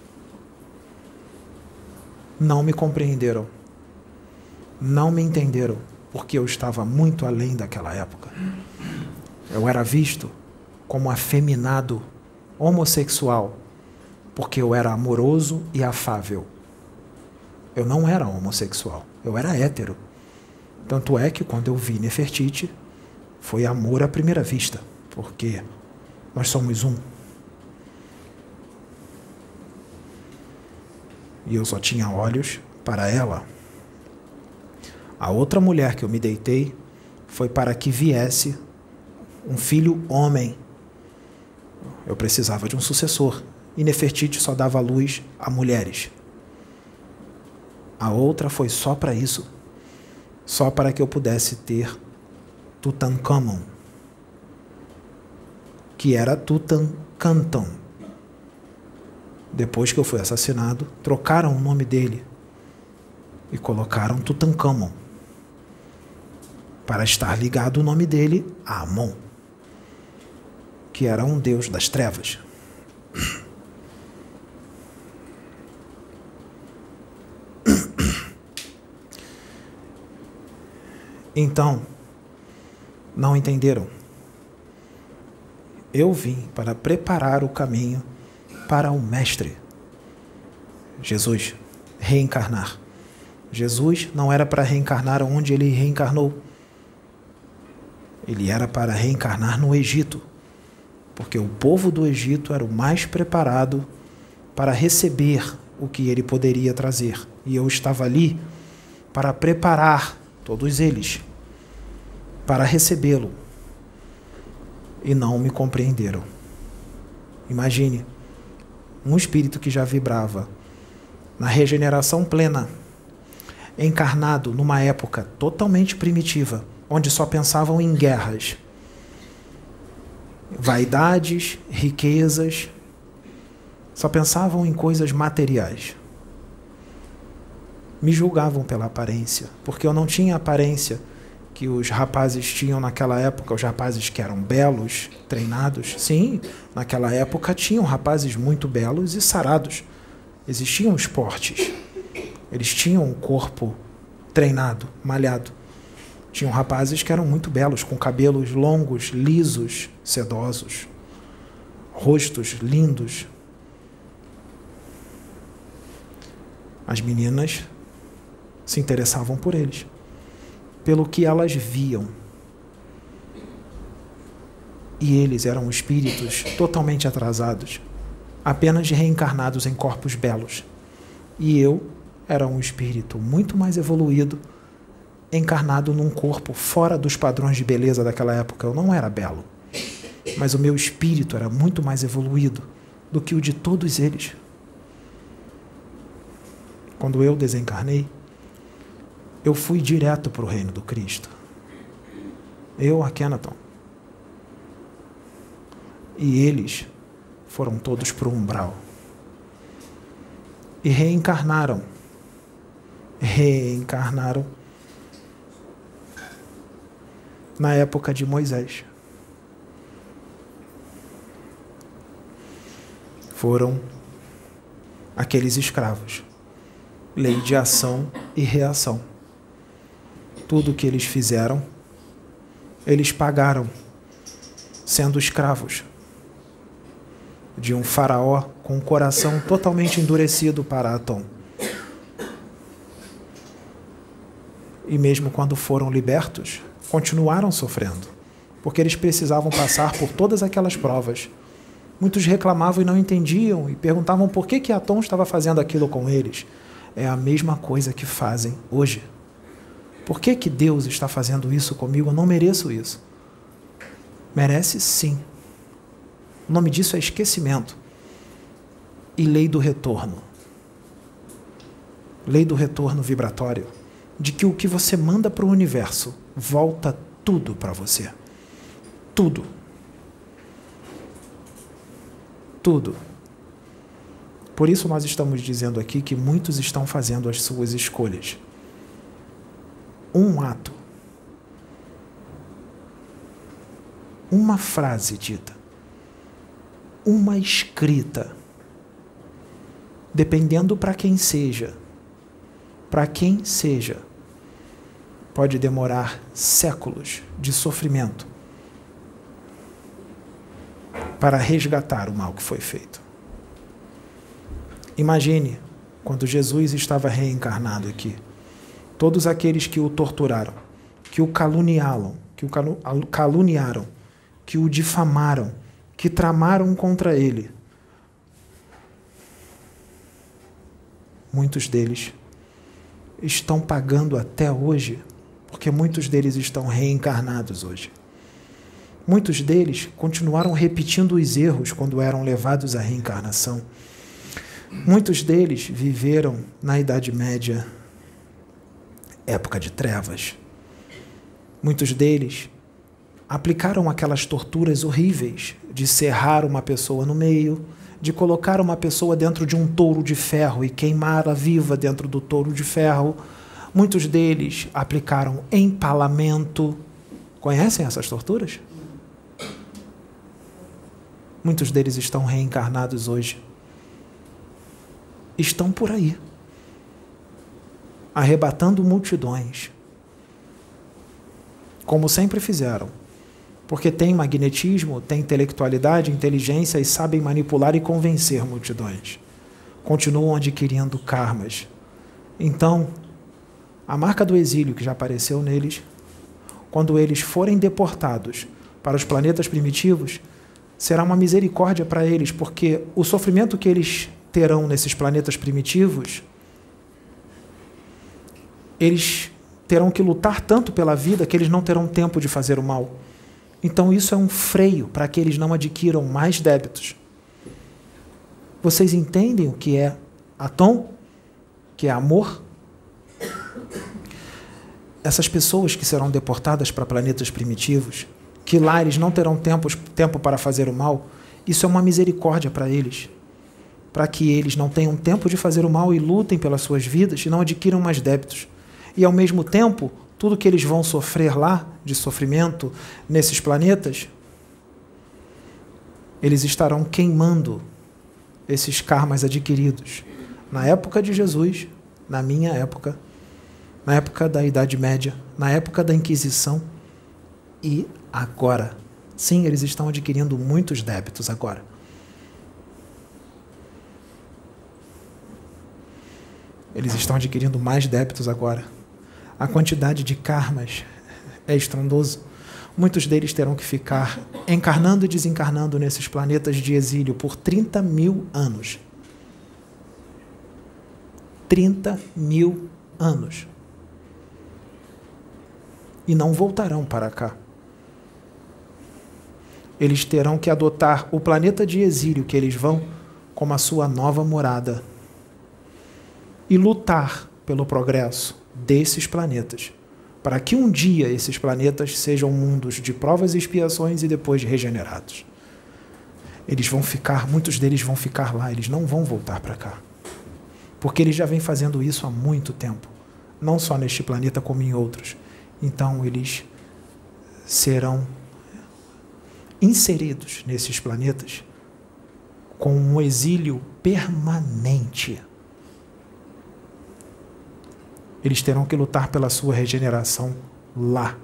não me compreenderam. Não me entenderam, porque eu estava muito além daquela época. Eu era visto como afeminado, homossexual, porque eu era amoroso e afável. Eu não era homossexual, eu era hétero. Tanto é que quando eu vi Nefertiti, foi amor à primeira vista, porque nós somos um. E eu só tinha olhos para ela. A outra mulher que eu me deitei foi para que viesse um filho homem. Eu precisava de um sucessor. E Nefertiti só dava luz a mulheres. A outra foi só para isso. Só para que eu pudesse ter Tutankhamon, que era Tutankhanton. Depois que eu fui assassinado, trocaram o nome dele e colocaram Tutankhamon, para estar ligado o nome dele a Amon, que era um deus das trevas. Então, não entenderam. Eu vim para preparar o caminho para o Mestre. Jesus, reencarnar. Jesus não era para reencarnar onde ele reencarnou. Ele era para reencarnar no Egito, porque o povo do Egito era o mais preparado para receber o que ele poderia trazer. E eu estava ali para preparar todos eles para recebê-lo. E não me compreenderam. Imagine, um espírito que já vibrava na regeneração plena, encarnado numa época totalmente primitiva, onde só pensavam em guerras, vaidades, riquezas, só pensavam em coisas materiais. Me julgavam pela aparência, porque eu não tinha a aparência que os rapazes tinham naquela época, os rapazes que eram belos, treinados. Sim, naquela época tinham rapazes muito belos e sarados. Existiam esportes. Eles tinham um corpo treinado, malhado. Tinham rapazes que eram muito belos, com cabelos longos, lisos, sedosos, rostos lindos. As meninas se interessavam por eles, pelo que elas viam. E eles eram espíritos totalmente atrasados, apenas reencarnados em corpos belos. E eu era um espírito muito mais evoluído, encarnado num corpo fora dos padrões de beleza daquela época. Eu não era belo, mas o meu espírito era muito mais evoluído do que o de todos eles. Quando eu desencarnei, eu fui direto para o reino do Cristo. Eu, Akhenaton. E eles foram todos para o umbral. E reencarnaram. Na época de Moisés. Foram aqueles escravos. Lei de ação e reação. Tudo o que eles fizeram, eles pagaram, sendo escravos de um faraó com o coração totalmente endurecido para Atom. E mesmo quando foram libertos, continuaram sofrendo, porque eles precisavam passar por todas aquelas provas. Muitos reclamavam e não entendiam, e perguntavam por que Atom estava fazendo aquilo com eles. É a mesma coisa que fazem hoje. Por que Deus está fazendo isso comigo? Eu não mereço isso. Merece sim. O nome disso é esquecimento. E lei do retorno. Lei do retorno vibratório. De que o que você manda para o universo volta tudo para você. Tudo. Tudo. Por isso nós estamos dizendo aqui que muitos estão fazendo as suas escolhas. Um ato. Uma frase dita. Uma escrita. Dependendo para quem seja. Para quem seja. Pode demorar séculos de sofrimento para resgatar o mal que foi feito. Imagine quando Jesus estava reencarnado aqui. Todos aqueles que o torturaram, que o caluniaram, que o difamaram, que tramaram contra ele. Muitos deles estão pagando até hoje, porque muitos deles estão reencarnados hoje. Muitos deles continuaram repetindo os erros quando eram levados à reencarnação. Muitos deles viveram na Idade Média, época de trevas. Muitos deles aplicaram aquelas torturas horríveis de serrar uma pessoa no meio, de colocar uma pessoa dentro de um touro de ferro e queimá-la viva dentro do touro de ferro. Muitos deles aplicaram empalamento. Conhecem essas torturas? Muitos deles estão reencarnados hoje. Estão por aí, arrebatando multidões, como sempre fizeram, porque têm magnetismo, têm intelectualidade, inteligência e sabem manipular e convencer multidões. Continuam adquirindo karmas. Então, a marca do exílio que já apareceu neles, quando eles forem deportados para os planetas primitivos, será uma misericórdia para eles, porque o sofrimento que eles terão nesses planetas primitivos, eles terão que lutar tanto pela vida que eles não terão tempo de fazer o mal. Então isso é um freio para que eles não adquiram mais débitos. Vocês entendem o que é Atom? Que é amor? Essas pessoas que serão deportadas para planetas primitivos, que lá eles não terão tempo para fazer o mal, isso é uma misericórdia para eles. Para que eles não tenham tempo de fazer o mal e lutem pelas suas vidas e não adquiram mais débitos. E, ao mesmo tempo, tudo que eles vão sofrer lá, de sofrimento, nesses planetas, eles estarão queimando esses karmas adquiridos. Na época de Jesus, na minha época, na época da Idade Média, na época da Inquisição e agora. Sim, eles estão adquirindo muitos débitos agora. Eles estão adquirindo mais débitos agora. A quantidade de karmas é estrondoso. Muitos deles terão que ficar encarnando e desencarnando nesses planetas de exílio por 30.000 anos. 30.000 anos. E não voltarão para cá. Eles terão que adotar o planeta de exílio que eles vão como a sua nova morada e lutar pelo progresso desses planetas, para que um dia esses planetas sejam mundos de provas e expiações e depois regenerados. Eles vão ficar, muitos deles vão ficar lá, eles não vão voltar para cá, porque eles já vêm fazendo isso há muito tempo, não só neste planeta como em outros. Então eles serão inseridos nesses planetas com um exílio permanente. Eles terão que lutar pela sua regeneração lá.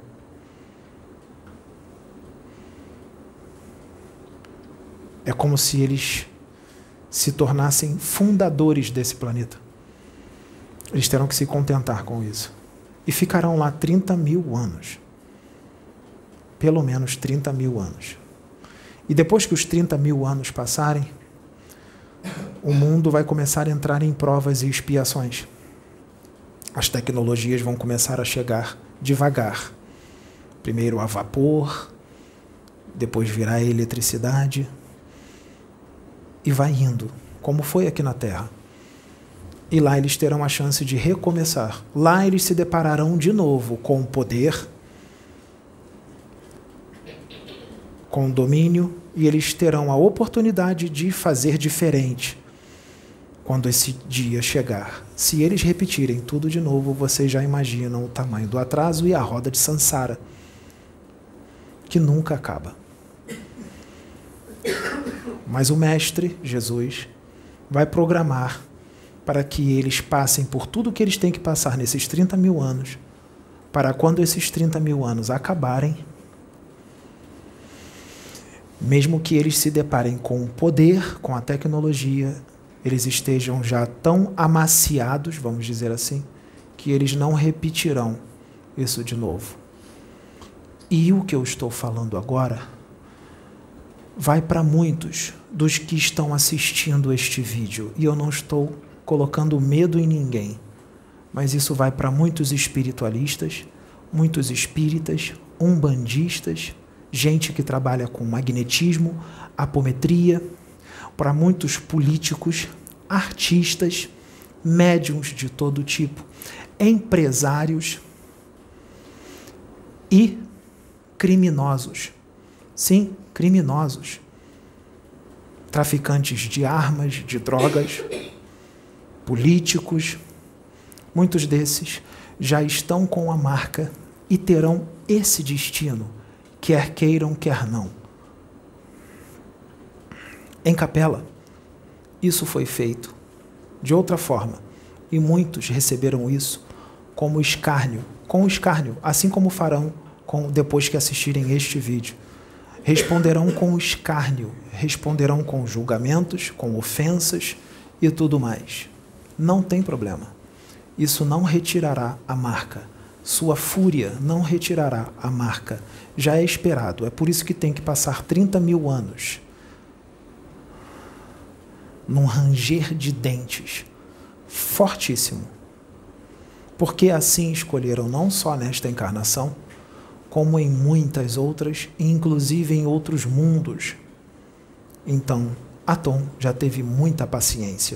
É como se eles se tornassem fundadores desse planeta. Eles terão que se contentar com isso. E ficarão lá 30.000 anos. Pelo menos 30.000 anos. E depois que os 30.000 anos passarem, o mundo vai começar a entrar em provas e expiações. As tecnologias vão começar a chegar devagar. Primeiro a vapor, depois virá a eletricidade, e vai indo, como foi aqui na Terra. E lá eles terão a chance de recomeçar. Lá eles se depararão de novo com o poder, com o domínio, e eles terão a oportunidade de fazer diferente quando esse dia chegar. Se eles repetirem tudo de novo, vocês já imaginam o tamanho do atraso e a roda de Sansara, que nunca acaba. Mas o Mestre, Jesus, vai programar para que eles passem por tudo o que eles têm que passar nesses 30.000 anos, para quando esses 30.000 anos acabarem, mesmo que eles se deparem com o poder, com a tecnologia, eles estejam já tão amaciados, vamos dizer assim, que eles não repetirão isso de novo. E o que eu estou falando agora vai para muitos dos que estão assistindo este vídeo. E eu não estou colocando medo em ninguém, mas isso vai para muitos espiritualistas, muitos espíritas, umbandistas, gente que trabalha com magnetismo, apometria, para muitos políticos, artistas, médiuns de todo tipo, empresários e criminosos. Sim, criminosos. Traficantes de armas, de drogas, políticos. Muitos desses já estão com a marca e terão esse destino, quer queiram, quer não. Em Capela, isso foi feito de outra forma, e muitos receberam isso como escárnio, com escárnio, assim como farão depois que assistirem este vídeo. Responderão com escárnio, responderão com julgamentos, com ofensas e tudo mais. Não tem problema. Isso não retirará a marca. Sua fúria não retirará a marca. Já é esperado. É por isso que tem que passar 30.000 anos num ranger de dentes fortíssimo. Porque assim escolheram não só nesta encarnação, como em muitas outras, inclusive em outros mundos. Então, Atom já teve muita paciência.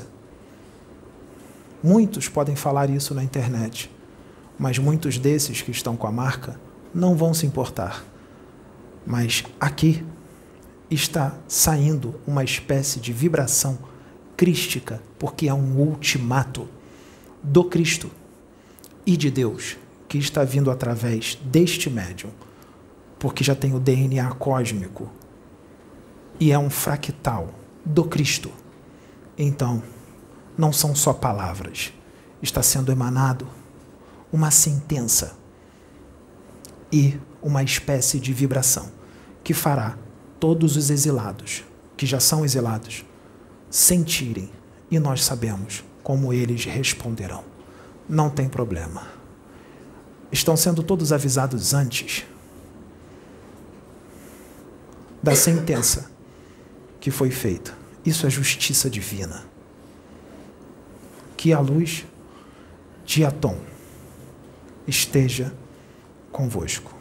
Muitos podem falar isso na internet, mas muitos desses que estão com a marca não vão se importar. Mas aqui está saindo uma espécie de vibração crística, porque é um ultimato do Cristo e de Deus, que está vindo através deste médium, porque já tem o DNA cósmico e é um fractal do Cristo. Então, não são só palavras, está sendo emanado uma sentença e uma espécie de vibração que fará todos os exilados, que já são exilados, sentirem, e nós sabemos como eles responderão. Não tem problema. Estão sendo todos avisados antes da sentença que foi feita. Isso é justiça divina. Que a luz diatom esteja convosco.